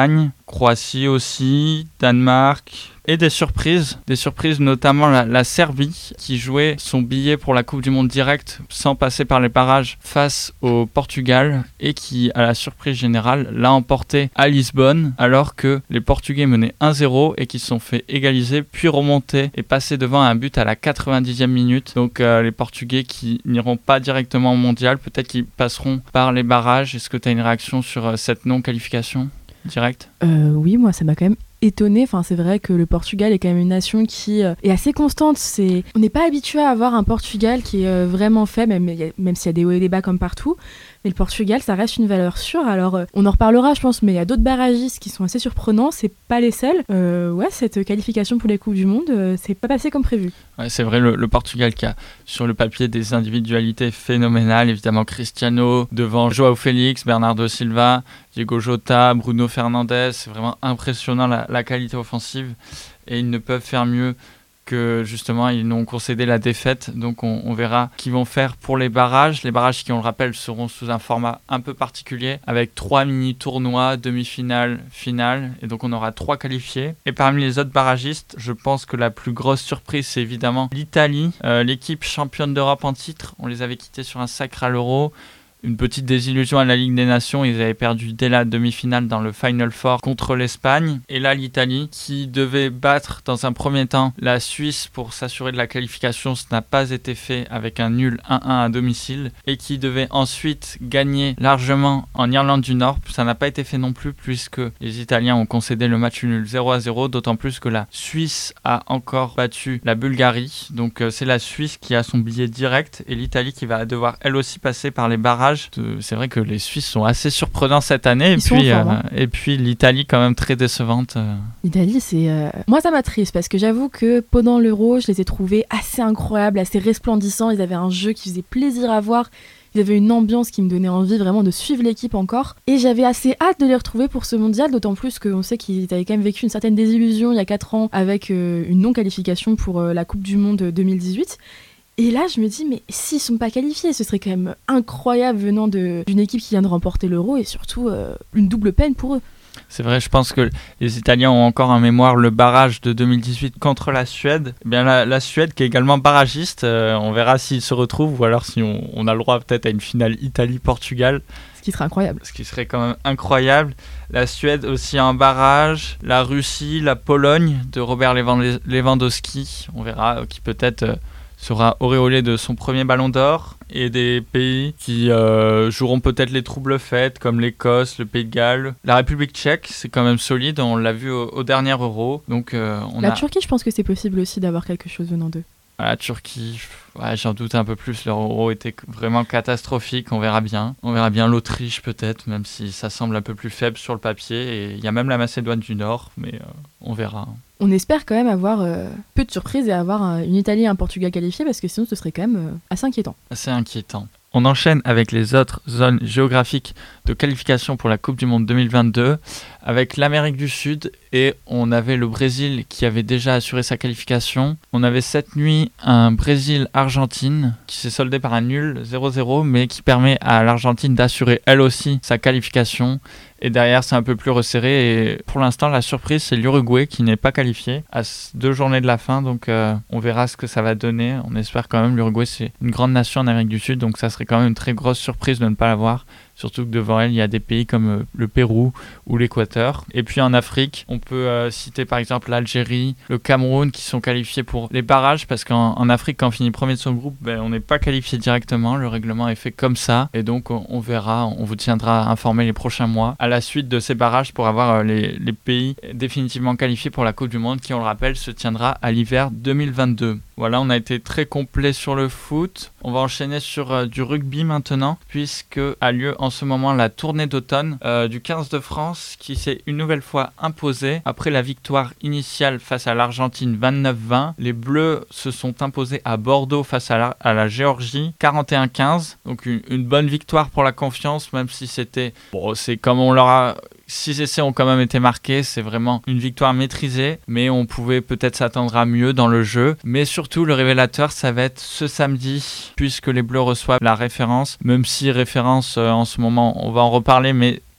Croatie aussi, Danemark... Et des surprises, des surprises notamment la, la Serbie qui jouait son billet pour la Coupe du Monde direct sans passer par les barrages face au Portugal et qui, à la surprise générale, l'a emporté à Lisbonne alors que les Portugais menaient un zéro et qui se sont fait égaliser puis remonter et passer devant un but à la quatre-vingt-dixième minute. Donc euh, les Portugais qui n'iront pas directement au mondial, peut-être qu'ils passeront par les barrages. Est-ce que tu as une réaction sur euh, cette non-qualification directe ? euh, Oui, moi ça m'a quand même étonné. Enfin, c'est vrai que le Portugal est quand même une nation qui euh, est assez constante. C'est... On n'est pas habitué à avoir un Portugal qui est euh, vraiment faible, même, même s'il y a des hauts et des bas comme partout. Mais le Portugal, ça reste une valeur sûre. Alors, euh, on en reparlera, je pense, mais il y a d'autres barragistes qui sont assez surprenants. C'est pas les seuls. Euh, ouais, cette qualification pour les Coupes du Monde, euh, c'est pas passé comme prévu. Ouais, c'est vrai, le, le Portugal qui a sur le papier des individualités phénoménales. Évidemment, Cristiano devant João Félix, Bernardo Silva, Diego Jota, Bruno Fernandes. C'est vraiment impressionnant la, la qualité offensive. Et ils ne peuvent faire mieux que justement ils n'ont concédé la défaite, donc on, on verra qu'ils vont faire pour les barrages. Les barrages qui, on le rappelle, seront sous un format un peu particulier avec trois mini-tournois, demi-finale, finale, et donc on aura trois qualifiés. Et parmi les autres barragistes, je pense que la plus grosse surprise, c'est évidemment l'Italie, euh, l'équipe championne d'Europe en titre. On les avait quittés sur un sacre à l'Euro. Une petite désillusion à la Ligue des Nations, ils avaient perdu dès la demi-finale dans le Final Four contre l'Espagne. Et là, l'Italie, qui devait battre dans un premier temps la Suisse pour s'assurer de la qualification, ce n'a pas été fait avec un nul un un à domicile. Et qui devait ensuite gagner largement en Irlande du Nord. Ça n'a pas été fait non plus puisque les Italiens ont concédé le match nul zéro à zéro, d'autant plus que la Suisse a encore battu la Bulgarie. Donc euh, c'est la Suisse qui a son billet direct et l'Italie qui va devoir elle aussi passer par les barrages. C'est vrai que les Suisses sont assez surprenants cette année. Ils et, puis, forme, hein. euh, et puis l'Italie quand même très décevante. Euh. L'Italie, c'est... Euh... Moi, ça m'attriste parce que j'avoue que pendant l'Euro, je les ai trouvés assez incroyables, assez resplendissants. Ils avaient un jeu qui faisait plaisir à voir. Ils avaient une ambiance qui me donnait envie vraiment de suivre l'équipe encore. Et j'avais assez hâte de les retrouver pour ce mondial, d'autant plus qu'on sait qu'ils avaient quand même vécu une certaine désillusion il y a quatre ans avec euh, une non-qualification pour euh, la Coupe du Monde deux mille dix-huit. Et là, je me dis, mais s'ils ne sont pas qualifiés, ce serait quand même incroyable venant de, d'une équipe qui vient de remporter l'Euro et surtout euh, une double peine pour eux. C'est vrai, je pense que les Italiens ont encore en mémoire le barrage de deux mille dix-huit contre la Suède. Eh bien, la, la Suède qui est également barragiste, euh, on verra s'ils se retrouvent ou alors si on, on a le droit peut-être à une finale Italie-Portugal. Ce qui serait incroyable. Ce qui serait quand même incroyable. La Suède aussi en barrage, la Russie, la Pologne de Robert Lewandowski. On verra euh, qui peut-être... Euh, sera auréolé de son premier ballon d'or et des pays qui euh, joueront peut-être les troubles fêtes comme l'Écosse, le Pays de Galles. La République tchèque, c'est quand même solide, on l'a vu au, au dernier Euro. Donc, euh, on la a... Turquie, je pense que c'est possible aussi d'avoir quelque chose venant d'eux. La Turquie, ouais, j'en doute un peu plus, leur Euro était vraiment catastrophique, on verra bien. On verra bien l'Autriche peut-être, même si ça semble un peu plus faible sur le papier. Et il y a même la Macédoine du Nord, mais euh, on verra. On espère quand même avoir euh, peu de surprises et avoir un, une Italie et un Portugal qualifiés parce que sinon ce serait quand même euh, assez inquiétant. Assez inquiétant. On enchaîne avec les autres zones géographiques de qualification pour la Coupe du Monde deux mille vingt-deux avec l'Amérique du Sud et on avait le Brésil qui avait déjà assuré sa qualification. On avait cette nuit un Brésil-Argentine qui s'est soldé par un nul zéro zéro mais qui permet à l'Argentine d'assurer elle aussi sa qualification. Et derrière, c'est un peu plus resserré. Et pour l'instant, la surprise, c'est l'Uruguay qui n'est pas qualifié à deux journées de la fin. Donc, euh, on verra ce que ça va donner. On espère quand même. L'Uruguay, c'est une grande nation en Amérique du Sud. Donc, ça serait quand même une très grosse surprise de ne pas l'avoir. Surtout que devant elle, il y a des pays comme euh, le Pérou ou l'Équateur. Et puis en Afrique, on peut euh, citer par exemple l'Algérie, le Cameroun qui sont qualifiés pour les barrages parce qu'en en Afrique, quand on finit premier de son groupe, ben, on n'est pas qualifié directement. Le règlement est fait comme ça. Et donc, on, on verra, on vous tiendra informé les prochains mois à la suite de ces barrages pour avoir euh, les, les pays définitivement qualifiés pour la Coupe du Monde qui, on le rappelle, se tiendra à l'hiver deux mille vingt-deux. Voilà, on a été très complet sur le foot. On va enchaîner sur euh, du rugby maintenant, puisque a lieu en ce moment la tournée d'automne euh, du quinze de France qui s'est une nouvelle fois imposée. Après la victoire initiale face à l'Argentine vingt-neuf vingt, les Bleus se sont imposés à Bordeaux face à la, à la Géorgie quarante et un quinze. Donc une, une bonne victoire pour la confiance, même si c'était... Bon, c'est comme on leur a... Six essais ont quand même été marqués, c'est vraiment une victoire maîtrisée, mais on pouvait peut-être s'attendre à mieux dans le jeu. Mais surtout, le révélateur, ça va être ce samedi, puisque les Bleus reçoivent la référence, même si référence euh, en ce moment, on va en reparler, mais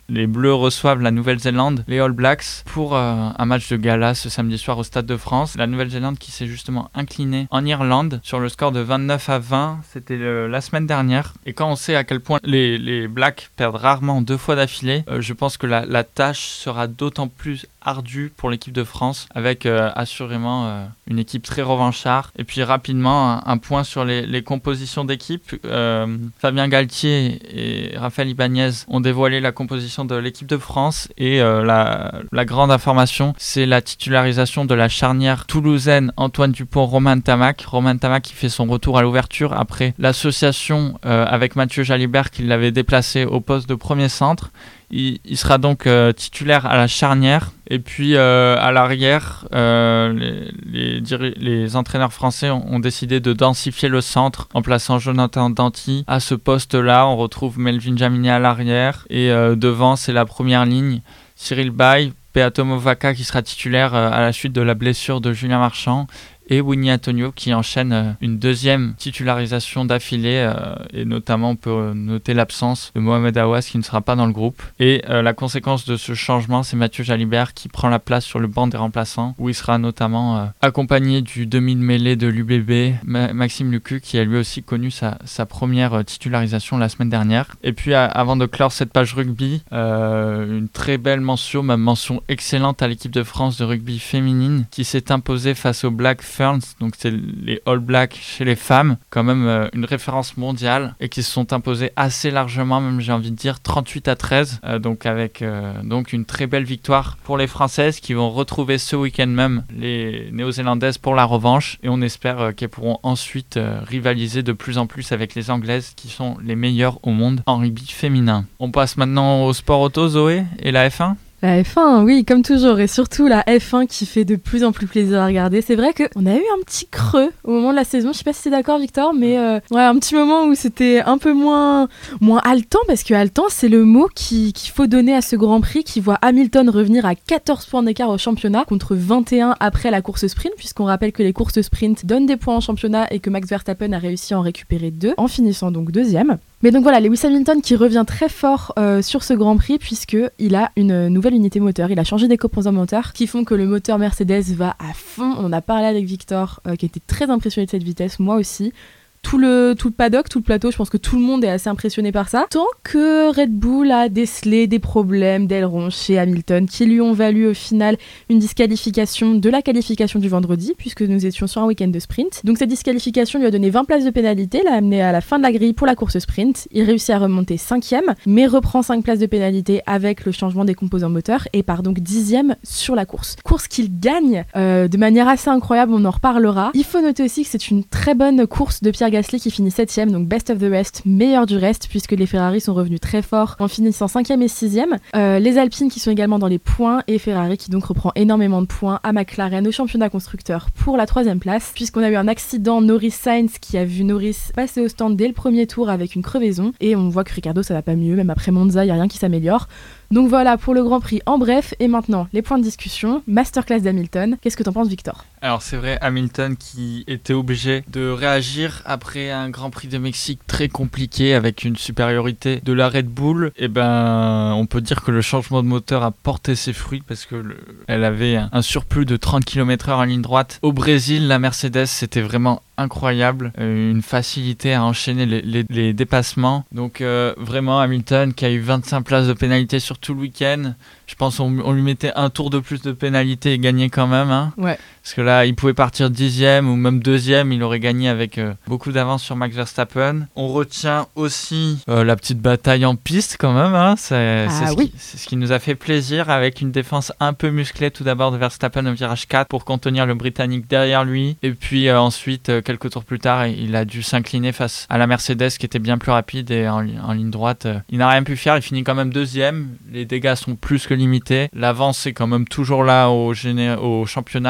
les Bleus reçoivent la Nouvelle-Zélande, les All Blacks, pour euh, un match de gala ce samedi soir au Stade de France. La Nouvelle-Zélande qui s'est justement inclinée en Irlande sur le score de vingt-neuf à vingt, c'était le, la semaine dernière. Et quand on sait à quel point les, les Blacks perdent rarement deux fois d'affilée, euh, je pense que la, la tâche sera d'autant plus ardue pour l'équipe de France, avec euh, assurément euh, une équipe très revanchard. Et puis rapidement, un, un point sur les, les compositions d'équipe. Euh, Fabien Galtier et Raphaël Ibanez ont dévoilé la composition de l'équipe de France et euh, la, la grande information, c'est la titularisation de la charnière toulousaine Antoine Dupont-Romain Ntamack. Romain Ntamack qui fait son retour à l'ouverture après l'association euh, avec Mathieu Jalibert qui l'avait déplacé au poste de premier centre. Il, il sera donc euh, titulaire à la charnière. Et puis euh, à l'arrière, euh, les, les, diri- les entraîneurs français ont, ont décidé de densifier le centre en plaçant Jonathan Danty à ce poste-là. On retrouve Melvin Jaminet à l'arrière. Et euh, devant, c'est la première ligne. Cyril Bay, Beato Movaca qui sera titulaire euh, à la suite de la blessure de Julien Marchand. Et Winnie Antonio qui enchaîne euh, une deuxième titularisation d'affilée euh, et notamment on peut noter l'absence de Mohamed Aouas qui ne sera pas dans le groupe. Et euh, la conséquence de ce changement, c'est Mathieu Jalibert qui prend la place sur le banc des remplaçants où il sera notamment euh, accompagné du demi de mêlée de l'U B B, Ma- Maxime Lucu, qui a lui aussi connu sa, sa première titularisation la semaine dernière. Et puis à, avant de clore cette page rugby, euh, une très belle mention, ma mention excellente à l'équipe de France de rugby féminine qui s'est imposée face aux Black donc c'est les All Blacks chez les femmes, quand même euh, une référence mondiale et qui se sont imposés assez largement, même j'ai envie de dire trente-huit à treize, euh, donc avec euh, donc une très belle victoire pour les Françaises qui vont retrouver ce week-end même les Néo-Zélandaises pour la revanche et on espère euh, qu'elles pourront ensuite euh, rivaliser de plus en plus avec les Anglaises qui sont les meilleures au monde en rugby féminin. On passe maintenant au sport auto, Zoé, et la F un. La F un, oui, comme toujours, et surtout la F un qui fait de plus en plus plaisir à regarder. C'est vrai qu'on a eu un petit creux au moment de la saison, je sais pas si t'es d'accord Victor, mais euh, ouais, un petit moment où c'était un peu moins, moins haletant, parce que haletant c'est le mot qui, qu'il faut donner à ce Grand Prix qui voit Hamilton revenir à quatorze points d'écart au championnat contre vingt et un après la course sprint, puisqu'on rappelle que les courses sprint donnent des points en championnat et que Max Verstappen a réussi à en récupérer deux, en finissant donc deuxième. Mais donc voilà, Lewis Hamilton qui revient très fort euh, sur ce Grand Prix puisqu'il a une nouvelle unité moteur, il a changé des composants moteurs qui font que le moteur Mercedes va à fond. On en a parlé avec Victor euh, qui était très impressionné de cette vitesse, moi aussi. Tout le, tout le paddock, tout le plateau, je pense que tout le monde est assez impressionné par ça. Tant que Red Bull a décelé des problèmes d'aileron chez Hamilton qui lui ont valu au final une disqualification de la qualification du vendredi puisque nous étions sur un week-end de sprint. Donc cette disqualification lui a donné vingt places de pénalité, l'a amené à la fin de la grille pour la course sprint. Il réussit à remonter cinquième mais reprend cinq places de pénalité avec le changement des composants moteurs et part donc dixième sur la course. Course qu'il gagne euh, de manière assez incroyable, on en reparlera. Il faut noter aussi que c'est une très bonne course de Pierre Gasly qui finit septième, donc best of the rest, meilleur du reste, puisque les Ferrari sont revenus très forts en finissant cinquième et sixième. Euh, les Alpines qui sont également dans les points, et Ferrari qui donc reprend énormément de points à McLaren au championnat constructeur pour la troisième place, puisqu'on a eu un accident Norris-Sainz qui a vu Norris passer au stand dès le premier tour avec une crevaison, et on voit que Ricciardo ça va pas mieux, même après Monza, il n'y a rien qui s'améliore. Donc voilà pour le Grand Prix en bref, et maintenant les points de discussion, masterclass d'Hamilton. Qu'est-ce que t'en penses Victor ? Alors c'est vrai, Hamilton qui était obligé de réagir après un Grand Prix de Mexique très compliqué avec une supériorité de la Red Bull, et ben on peut dire que le changement de moteur a porté ses fruits parce que le, elle avait un, un surplus de trente kilomètres heure en ligne droite. Au Brésil, la Mercedes c'était vraiment incroyable, euh, une facilité à enchaîner les, les, les dépassements. Donc euh, vraiment Hamilton qui a eu vingt-cinq places de pénalité sur tout le week-end. Je pense qu'on on lui mettait un tour de plus de pénalité et gagnait quand même. Hein. Ouais. Parce que là, il pouvait partir dixième ou même deuxième, il aurait gagné avec euh, beaucoup d'avance sur Max Verstappen. On retient aussi euh, la petite bataille en piste quand même. Hein. C'est, ah, c'est, ce oui. qui, c'est ce qui nous a fait plaisir avec une défense un peu musclée tout d'abord de Verstappen au virage quatre pour contenir le Britannique derrière lui. Et puis euh, ensuite, euh, quelques tours plus tard, il a dû s'incliner face à la Mercedes qui était bien plus rapide et en, en ligne droite. Euh, il n'a rien pu faire, il finit quand même deuxième. Les dégâts sont plus que limités. L'avance est quand même toujours là au, géné- au championnat. Je pense que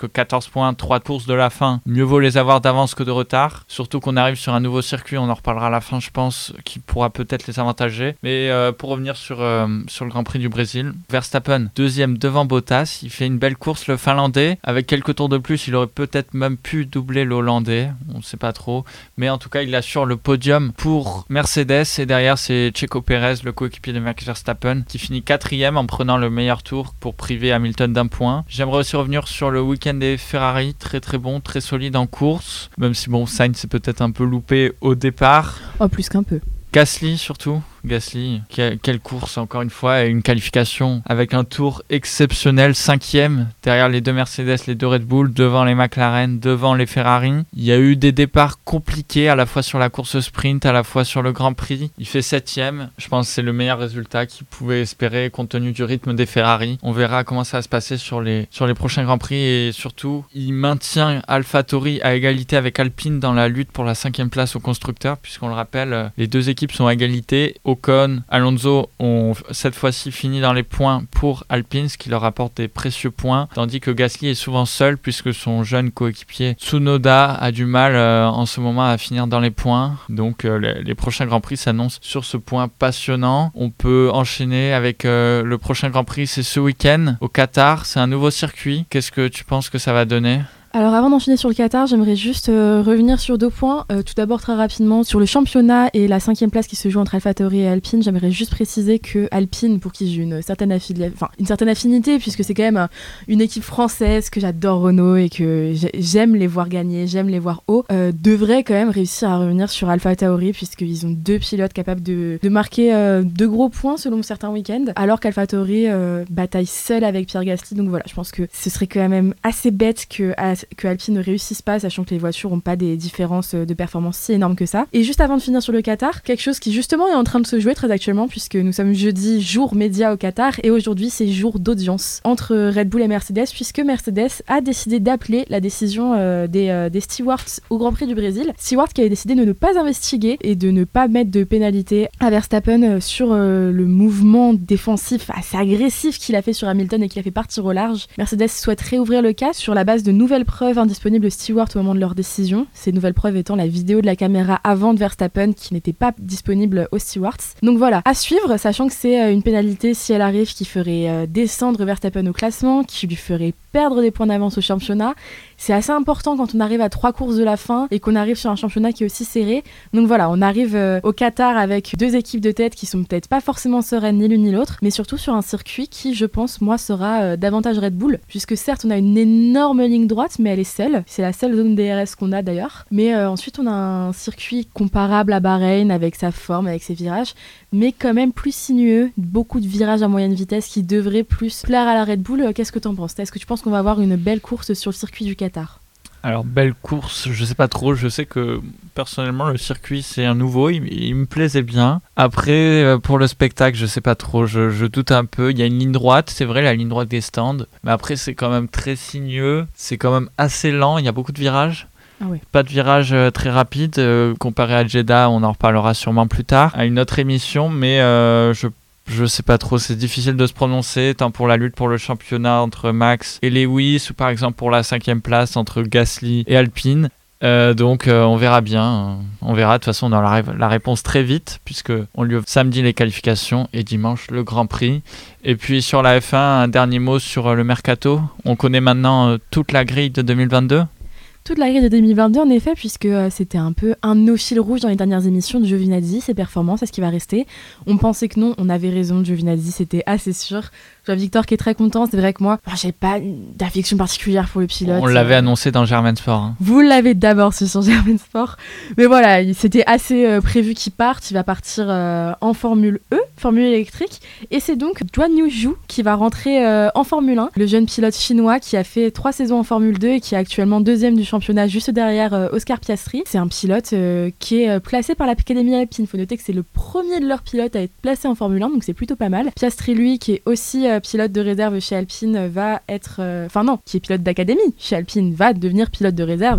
quatorze points, trois courses de la fin. Mieux vaut les avoir d'avance que de retard. Surtout qu'on arrive sur un nouveau circuit, on en reparlera à la fin, je pense, qui pourra peut-être les avantager. Mais euh, pour revenir sur, euh, sur le Grand Prix du Brésil, Verstappen, deuxième devant Bottas. Il fait une belle course, le Finlandais. Avec quelques tours de plus, il aurait peut-être même pu doubler le Hollandais. On ne sait pas trop. Mais en tout cas, il assure le podium pour Mercedes. Et derrière, c'est Checo Pérez, le coéquipier de Max Verstappen, qui finit quatrième en prenant le meilleur tour pour priver Hamilton d'un point. J'aimerais aussi revenir sur le week-end des Ferrari. Très très bon, très solide en course. Même si bon, Sainz s'est peut-être un peu loupé au départ. Oh, plus qu'un peu. Gasly surtout. Gasly, quelle course encore une fois, et une qualification avec un tour exceptionnel, cinquième derrière les deux Mercedes, les deux Red Bull, devant les McLaren, devant les Ferrari. Il y a eu des départs compliqués à la fois sur la course sprint, à la fois sur le Grand Prix. Il fait septième, je pense que c'est le meilleur résultat qu'il pouvait espérer compte tenu du rythme des Ferrari. On verra comment ça va se passer sur les, sur les prochains Grands Prix et surtout il maintient AlphaTauri à égalité avec Alpine dans la lutte pour la cinquième place au constructeur, puisqu'on le rappelle, les deux équipes sont à égalité. Ocon, Alonso ont cette fois-ci fini dans les points pour Alpine, ce qui leur apporte des précieux points, tandis que Gasly est souvent seul puisque son jeune coéquipier Tsunoda a du mal euh, en ce moment à finir dans les points. Donc euh, les, les prochains Grands Prix s'annoncent sur ce point passionnant. On peut enchaîner avec euh, le prochain Grand Prix, c'est ce week-end au Qatar. C'est un nouveau circuit. Qu'est-ce que tu penses que ça va donner ? Alors avant d'enchaîner sur le Qatar, j'aimerais juste euh, revenir sur deux points. Euh, tout d'abord très rapidement sur le championnat et la cinquième place qui se joue entre AlphaTauri et Alpine. J'aimerais juste préciser que Alpine, pour qui j'ai une certaine, affili- enfin, une certaine affinité, puisque c'est quand même euh, une équipe française que j'adore Renault et que j'aime les voir gagner, j'aime les voir haut, euh, devrait quand même réussir à revenir sur AlphaTauri puisqu'ils ont deux pilotes capables de, de marquer euh, de gros points selon certains week-ends, alors qu'AlphaTauri euh, bataille seul avec Pierre Gasly. Donc voilà, je pense que ce serait quand même assez bête que que Alpine ne réussisse pas, sachant que les voitures n'ont pas des différences de performance si énormes que ça. Et juste avant de finir sur le Qatar, quelque chose qui justement est en train de se jouer très actuellement, puisque nous sommes jeudi, jour média au Qatar, et aujourd'hui c'est jour d'audience entre Red Bull et Mercedes, puisque Mercedes a décidé d'appeler la décision euh, des, euh, des stewards au Grand Prix du Brésil. Stewards qui avait décidé de ne pas investiguer et de ne pas mettre de pénalité à Verstappen euh, sur euh, le mouvement défensif assez agressif qu'il a fait sur Hamilton et qui a fait partir au large. Mercedes souhaite réouvrir le cas sur la base de nouvelles preuves indisponibles aux stewards au moment de leur décision. Ces nouvelles preuves étant la vidéo de la caméra avant de Verstappen qui n'était pas disponible aux stewards. Donc voilà, à suivre, sachant que c'est une pénalité si elle arrive qui ferait descendre Verstappen au classement, qui lui ferait perdre des points d'avance au championnat. C'est assez important quand on arrive à trois courses de la fin et qu'on arrive sur un championnat qui est aussi serré. Donc voilà, on arrive euh, au Qatar avec deux équipes de tête qui sont peut-être pas forcément sereines ni l'une ni l'autre, mais surtout sur un circuit qui, je pense, moi, sera euh, davantage Red Bull, puisque certes, on a une énorme ligne droite, mais elle est seule. C'est la seule zone D R S qu'on a d'ailleurs. Mais euh, ensuite, on a un circuit comparable à Bahreïn avec sa forme, avec ses virages, mais quand même plus sinueux, beaucoup de virages à moyenne vitesse qui devraient plus plaire à la Red Bull. Qu'est-ce que t'en penses ? Est-ce que tu penses qu'on va avoir une belle course sur le circuit du Qatar ? Alors, belle course, je sais pas trop. Je sais que personnellement, le circuit, c'est un nouveau. Il, il me plaisait bien. Après, euh, pour le spectacle, je sais pas trop. Je, je doute un peu. Il y a une ligne droite, c'est vrai, la ligne droite des stands. Mais après, c'est quand même très sinueux. C'est quand même assez lent. Il y a beaucoup de virages. Ah ouais. Pas de virage euh, très rapide. Euh, comparé à Jeddah, on en reparlera sûrement plus tard, à une autre émission. Mais euh, je Je sais pas trop, c'est difficile de se prononcer, tant pour la lutte pour le championnat entre Max et Lewis, ou par exemple pour la cinquième place entre Gasly et Alpine. Euh, donc euh, on verra bien, on verra, de toute façon on aura la, ré- la réponse très vite, puisque on lui offre samedi les qualifications et dimanche le Grand Prix. Et puis sur la F un, un dernier mot sur euh, le Mercato. On connaît maintenant euh, toute la grille de deux mille vingt-deux. Toute la grille de deux mille vingt-deux en effet, puisque euh, c'était un peu un de nos fils rouges dans les dernières émissions de Giovinazzi, ses performances, est-ce qu'il va rester ? On pensait que non, on avait raison, Giovinazzi c'était assez sûr. Je vois Victor qui est très content, c'est vrai que moi, enfin, j'ai pas d'affection particulière pour le pilote. On l'avait euh... annoncé dans Germain Sport. Hein. Vous l'avez d'abord su sur Germain Sport, mais voilà, c'était assez euh, prévu qu'il parte, il va partir euh, en Formule E, Formule électrique, et c'est donc Guan Yu Zhou qui va rentrer euh, en Formule un, le jeune pilote chinois qui a fait trois saisons en Formule deux et qui est actuellement deuxième du championnat juste derrière euh, Oscar Piastri. C'est un pilote euh, qui est euh, placé par l'Académie Alpine. Faut noter que c'est le premier de leurs pilotes à être placé en Formule un, donc c'est plutôt pas mal. Piastri, lui, qui est aussi euh, pilote de réserve chez Alpine, va être... Enfin euh, non, qui est pilote d'académie chez Alpine, va devenir pilote de réserve.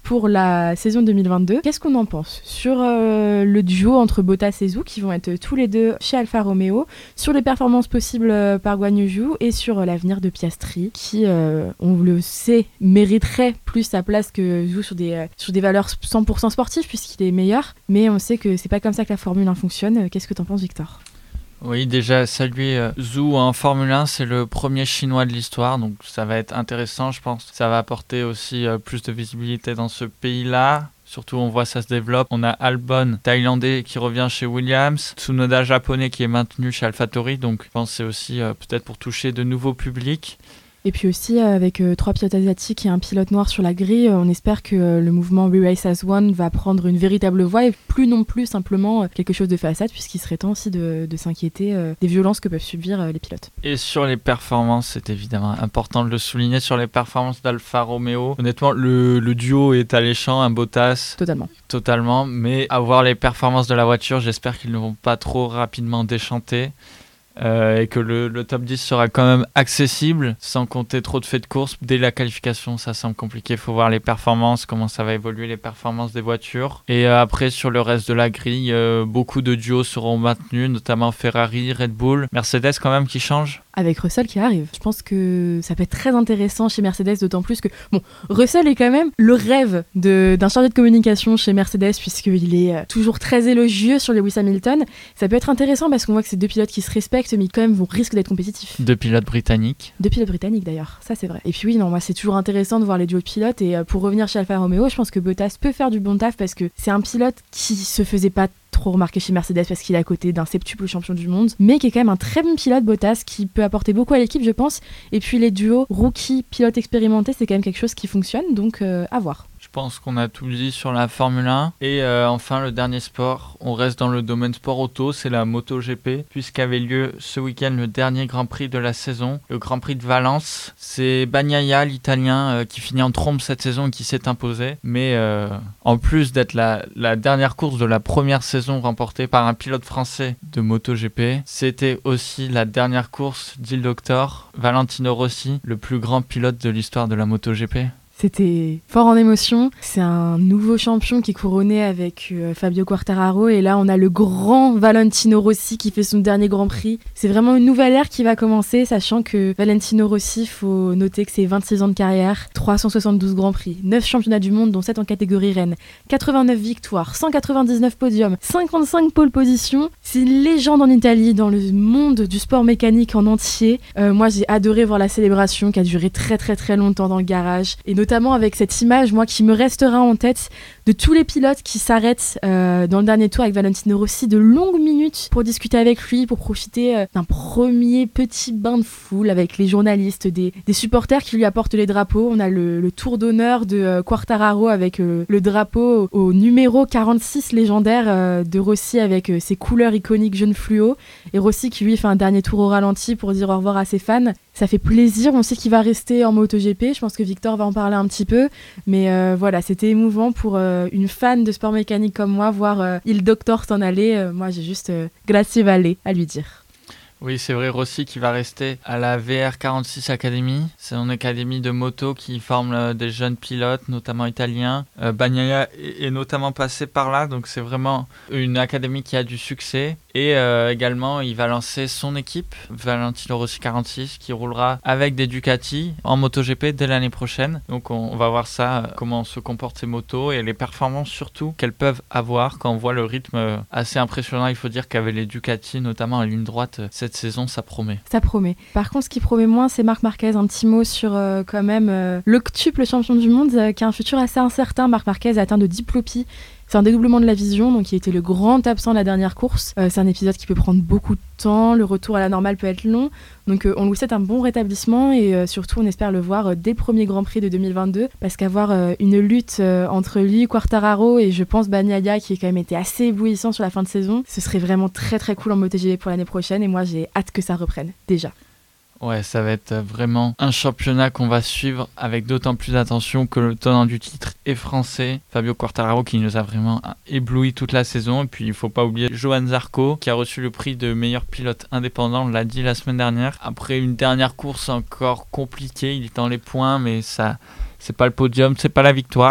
pour la saison deux mille vingt-deux. Qu'est-ce qu'on en pense sur euh, le duo entre Bottas et Zhou, qui vont être tous les deux chez Alfa Romeo, sur les performances possibles euh, par Guan Yu Zhou et sur euh, l'avenir de Piastri, qui, euh, on le sait, mériterait plus sa place que Zhou sur des, euh, sur des valeurs cent pour cent sportives, puisqu'il est meilleur. Mais on sait que c'est pas comme ça que la Formule un fonctionne. Qu'est-ce que t'en penses, Victor ? Oui, déjà, saluer euh, Zhou en Formule un, c'est le premier chinois de l'histoire, donc ça va être intéressant, je pense. Ça va apporter aussi euh, plus de visibilité dans ce pays-là. Surtout, on voit ça se développe. On a Albon, thaïlandais, qui revient chez Williams. Tsunoda, japonais, qui est maintenu chez AlphaTauri. Donc, je pense que c'est aussi euh, peut-être pour toucher de nouveaux publics. Et puis aussi, euh, avec euh, trois pilotes asiatiques et un pilote noir sur la grille, euh, on espère que euh, le mouvement We Race as One va prendre une véritable voie et plus non plus simplement euh, quelque chose de façade, puisqu'il serait temps aussi de, de s'inquiéter euh, des violences que peuvent subir euh, les pilotes. Et sur les performances, c'est évidemment important de le souligner, sur les performances d'Alfa Romeo. Honnêtement, le, le duo est alléchant, un Bottas. Totalement. Totalement, mais à voir les performances de la voiture, j'espère qu'ils ne vont pas trop rapidement déchanter. Euh, et que le, le top dix sera quand même accessible sans compter trop de faits de course. Dès la qualification, ça semble compliqué. Il faut voir les performances, comment ça va évoluer, les performances des voitures. Et euh, après, sur le reste de la grille, euh, beaucoup de duos seront maintenus, notamment Ferrari, Red Bull, Mercedes quand même qui change. Avec Russell qui arrive. Je pense que ça peut être très intéressant chez Mercedes, d'autant plus que, bon, Russell est quand même le rêve de, d'un chargé de communication chez Mercedes, puisqu'il est euh, toujours très élogieux sur Lewis Hamilton. Ça peut être intéressant parce qu'on voit que c'est deux pilotes qui se respectent, mais quand même vont risquent d'être compétitifs. Deux pilotes britanniques. Deux pilotes britanniques d'ailleurs, ça c'est vrai. Et puis oui, non, moi c'est toujours intéressant de voir les duos de pilotes, et euh, pour revenir chez Alfa Romeo, je pense que Bottas peut faire du bon taf parce que c'est un pilote qui se faisait pas trop remarqué chez Mercedes parce qu'il est à côté d'un septuple champion du monde, mais qui est quand même un très bon pilote, Bottas, qui peut apporter beaucoup à l'équipe, je pense. Et puis les duos rookie pilote expérimenté, c'est quand même quelque chose qui fonctionne, donc euh, à voir. Je pense qu'on a tout dit sur la Formule un. Et euh, enfin, le dernier sport, on reste dans le domaine sport auto, c'est la MotoGP, puisqu'avait lieu ce week-end le dernier Grand Prix de la saison, le Grand Prix de Valence. C'est Bagnaia, l'Italien, euh, qui finit en trombe cette saison et qui s'est imposé. Mais euh, en plus d'être la, la dernière course de la première saison remportée par un pilote français de MotoGP, c'était aussi la dernière course, dit le docteur Valentino Rossi, le plus grand pilote de l'histoire de la MotoGP. C'était fort en émotion. C'est un nouveau champion qui est couronné avec euh, Fabio Quartararo. Et là, on a le grand Valentino Rossi qui fait son dernier Grand Prix. C'est vraiment une nouvelle ère qui va commencer, sachant que Valentino Rossi, il faut noter que c'est vingt-six ans de carrière, trois cent soixante-douze Grands Prix, neuf championnats du monde, dont sept en catégorie reine, quatre-vingt-neuf victoires, cent quatre-vingt-dix-neuf podiums, cinquante-cinq pole positions. C'est une légende en Italie, dans le monde du sport mécanique en entier. Euh, moi, j'ai adoré voir la célébration qui a duré très très très longtemps dans le garage. Et notamment Notamment avec cette image, moi, qui me restera en tête, de tous les pilotes qui s'arrêtent euh, dans le dernier tour avec Valentino Rossi, de longues minutes pour discuter avec lui, pour profiter euh, d'un premier petit bain de foule avec les journalistes, des, des supporters qui lui apportent les drapeaux. On a le, le tour d'honneur de euh, Quartararo avec euh, le drapeau au, au numéro quarante-six légendaire euh, de Rossi avec euh, ses couleurs iconiques jaune fluo. Et Rossi qui lui fait un dernier tour au ralenti pour dire au revoir à ses fans. Ça fait plaisir, on sait qu'il va rester en MotoGP, je pense que Victor va en parler un petit peu, mais euh, voilà, c'était émouvant pour euh, une fan de sport mécanique comme moi, voir euh, Il Doctor s'en aller, euh, moi j'ai juste euh, grazie valle à lui dire. Oui, c'est vrai, Rossi qui va rester à la V R quarante-six Academy. C'est une académie de moto qui forme euh, des jeunes pilotes, notamment italiens. Euh, Bagnaia est, est notamment passé par là, donc c'est vraiment une académie qui a du succès. Et euh, également, il va lancer son équipe, Valentino Rossi quarante-six, qui roulera avec des Ducati en MotoGP dès l'année prochaine. Donc on, on va voir ça, euh, comment se comportent ces motos et les performances surtout qu'elles peuvent avoir quand on voit le rythme euh, assez impressionnant. Il faut dire qu'avec les Ducati, notamment à ligne droite, euh, cette saison, ça promet. Ça promet. Par contre, ce qui promet moins, c'est Marc Marquez. Un petit mot sur euh, quand même euh, l'octuple champion du monde, euh, qui a un futur assez incertain. Marc Marquez a atteint de diplopie. C'est un dédoublement de la vision, donc il était le grand absent de la dernière course. Euh, c'est un épisode qui peut prendre beaucoup de temps, le retour à la normale peut être long, donc euh, on lui souhaite un bon rétablissement et euh, surtout on espère le voir euh, dès le premier Grand Prix de deux mille vingt-deux, parce qu'avoir euh, une lutte euh, entre lui, Quartararo et je pense Bagnaia, qui a quand même été assez éblouissant sur la fin de saison, ce serait vraiment très très cool en MotoGP pour l'année prochaine et moi j'ai hâte que ça reprenne, déjà. Ouais, ça va être vraiment un championnat qu'on va suivre avec d'autant plus d'attention que le tenant du titre est français, Fabio Quartararo, qui nous a vraiment ébloui toute la saison. Et puis il ne faut pas oublier Johann Zarco, qui a reçu le prix de meilleur pilote indépendant, on l'a dit la semaine dernière. Après une dernière course encore compliquée, il est dans les points, mais ça, c'est pas le podium, c'est pas la victoire.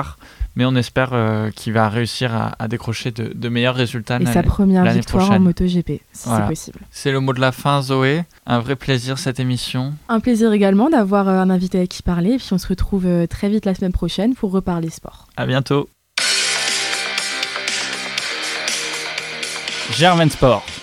mais on espère euh, qu'il va réussir à, à décrocher de, de meilleurs résultats. Et sa première victoire prochaine. en MotoGP, si voilà. c'est possible. C'est le mot de la fin, Zoé. Un vrai plaisir cette émission. Un plaisir également d'avoir euh, un invité avec qui parler. Et puis on se retrouve euh, très vite la semaine prochaine pour reparler sport. À bientôt. Germain Sport.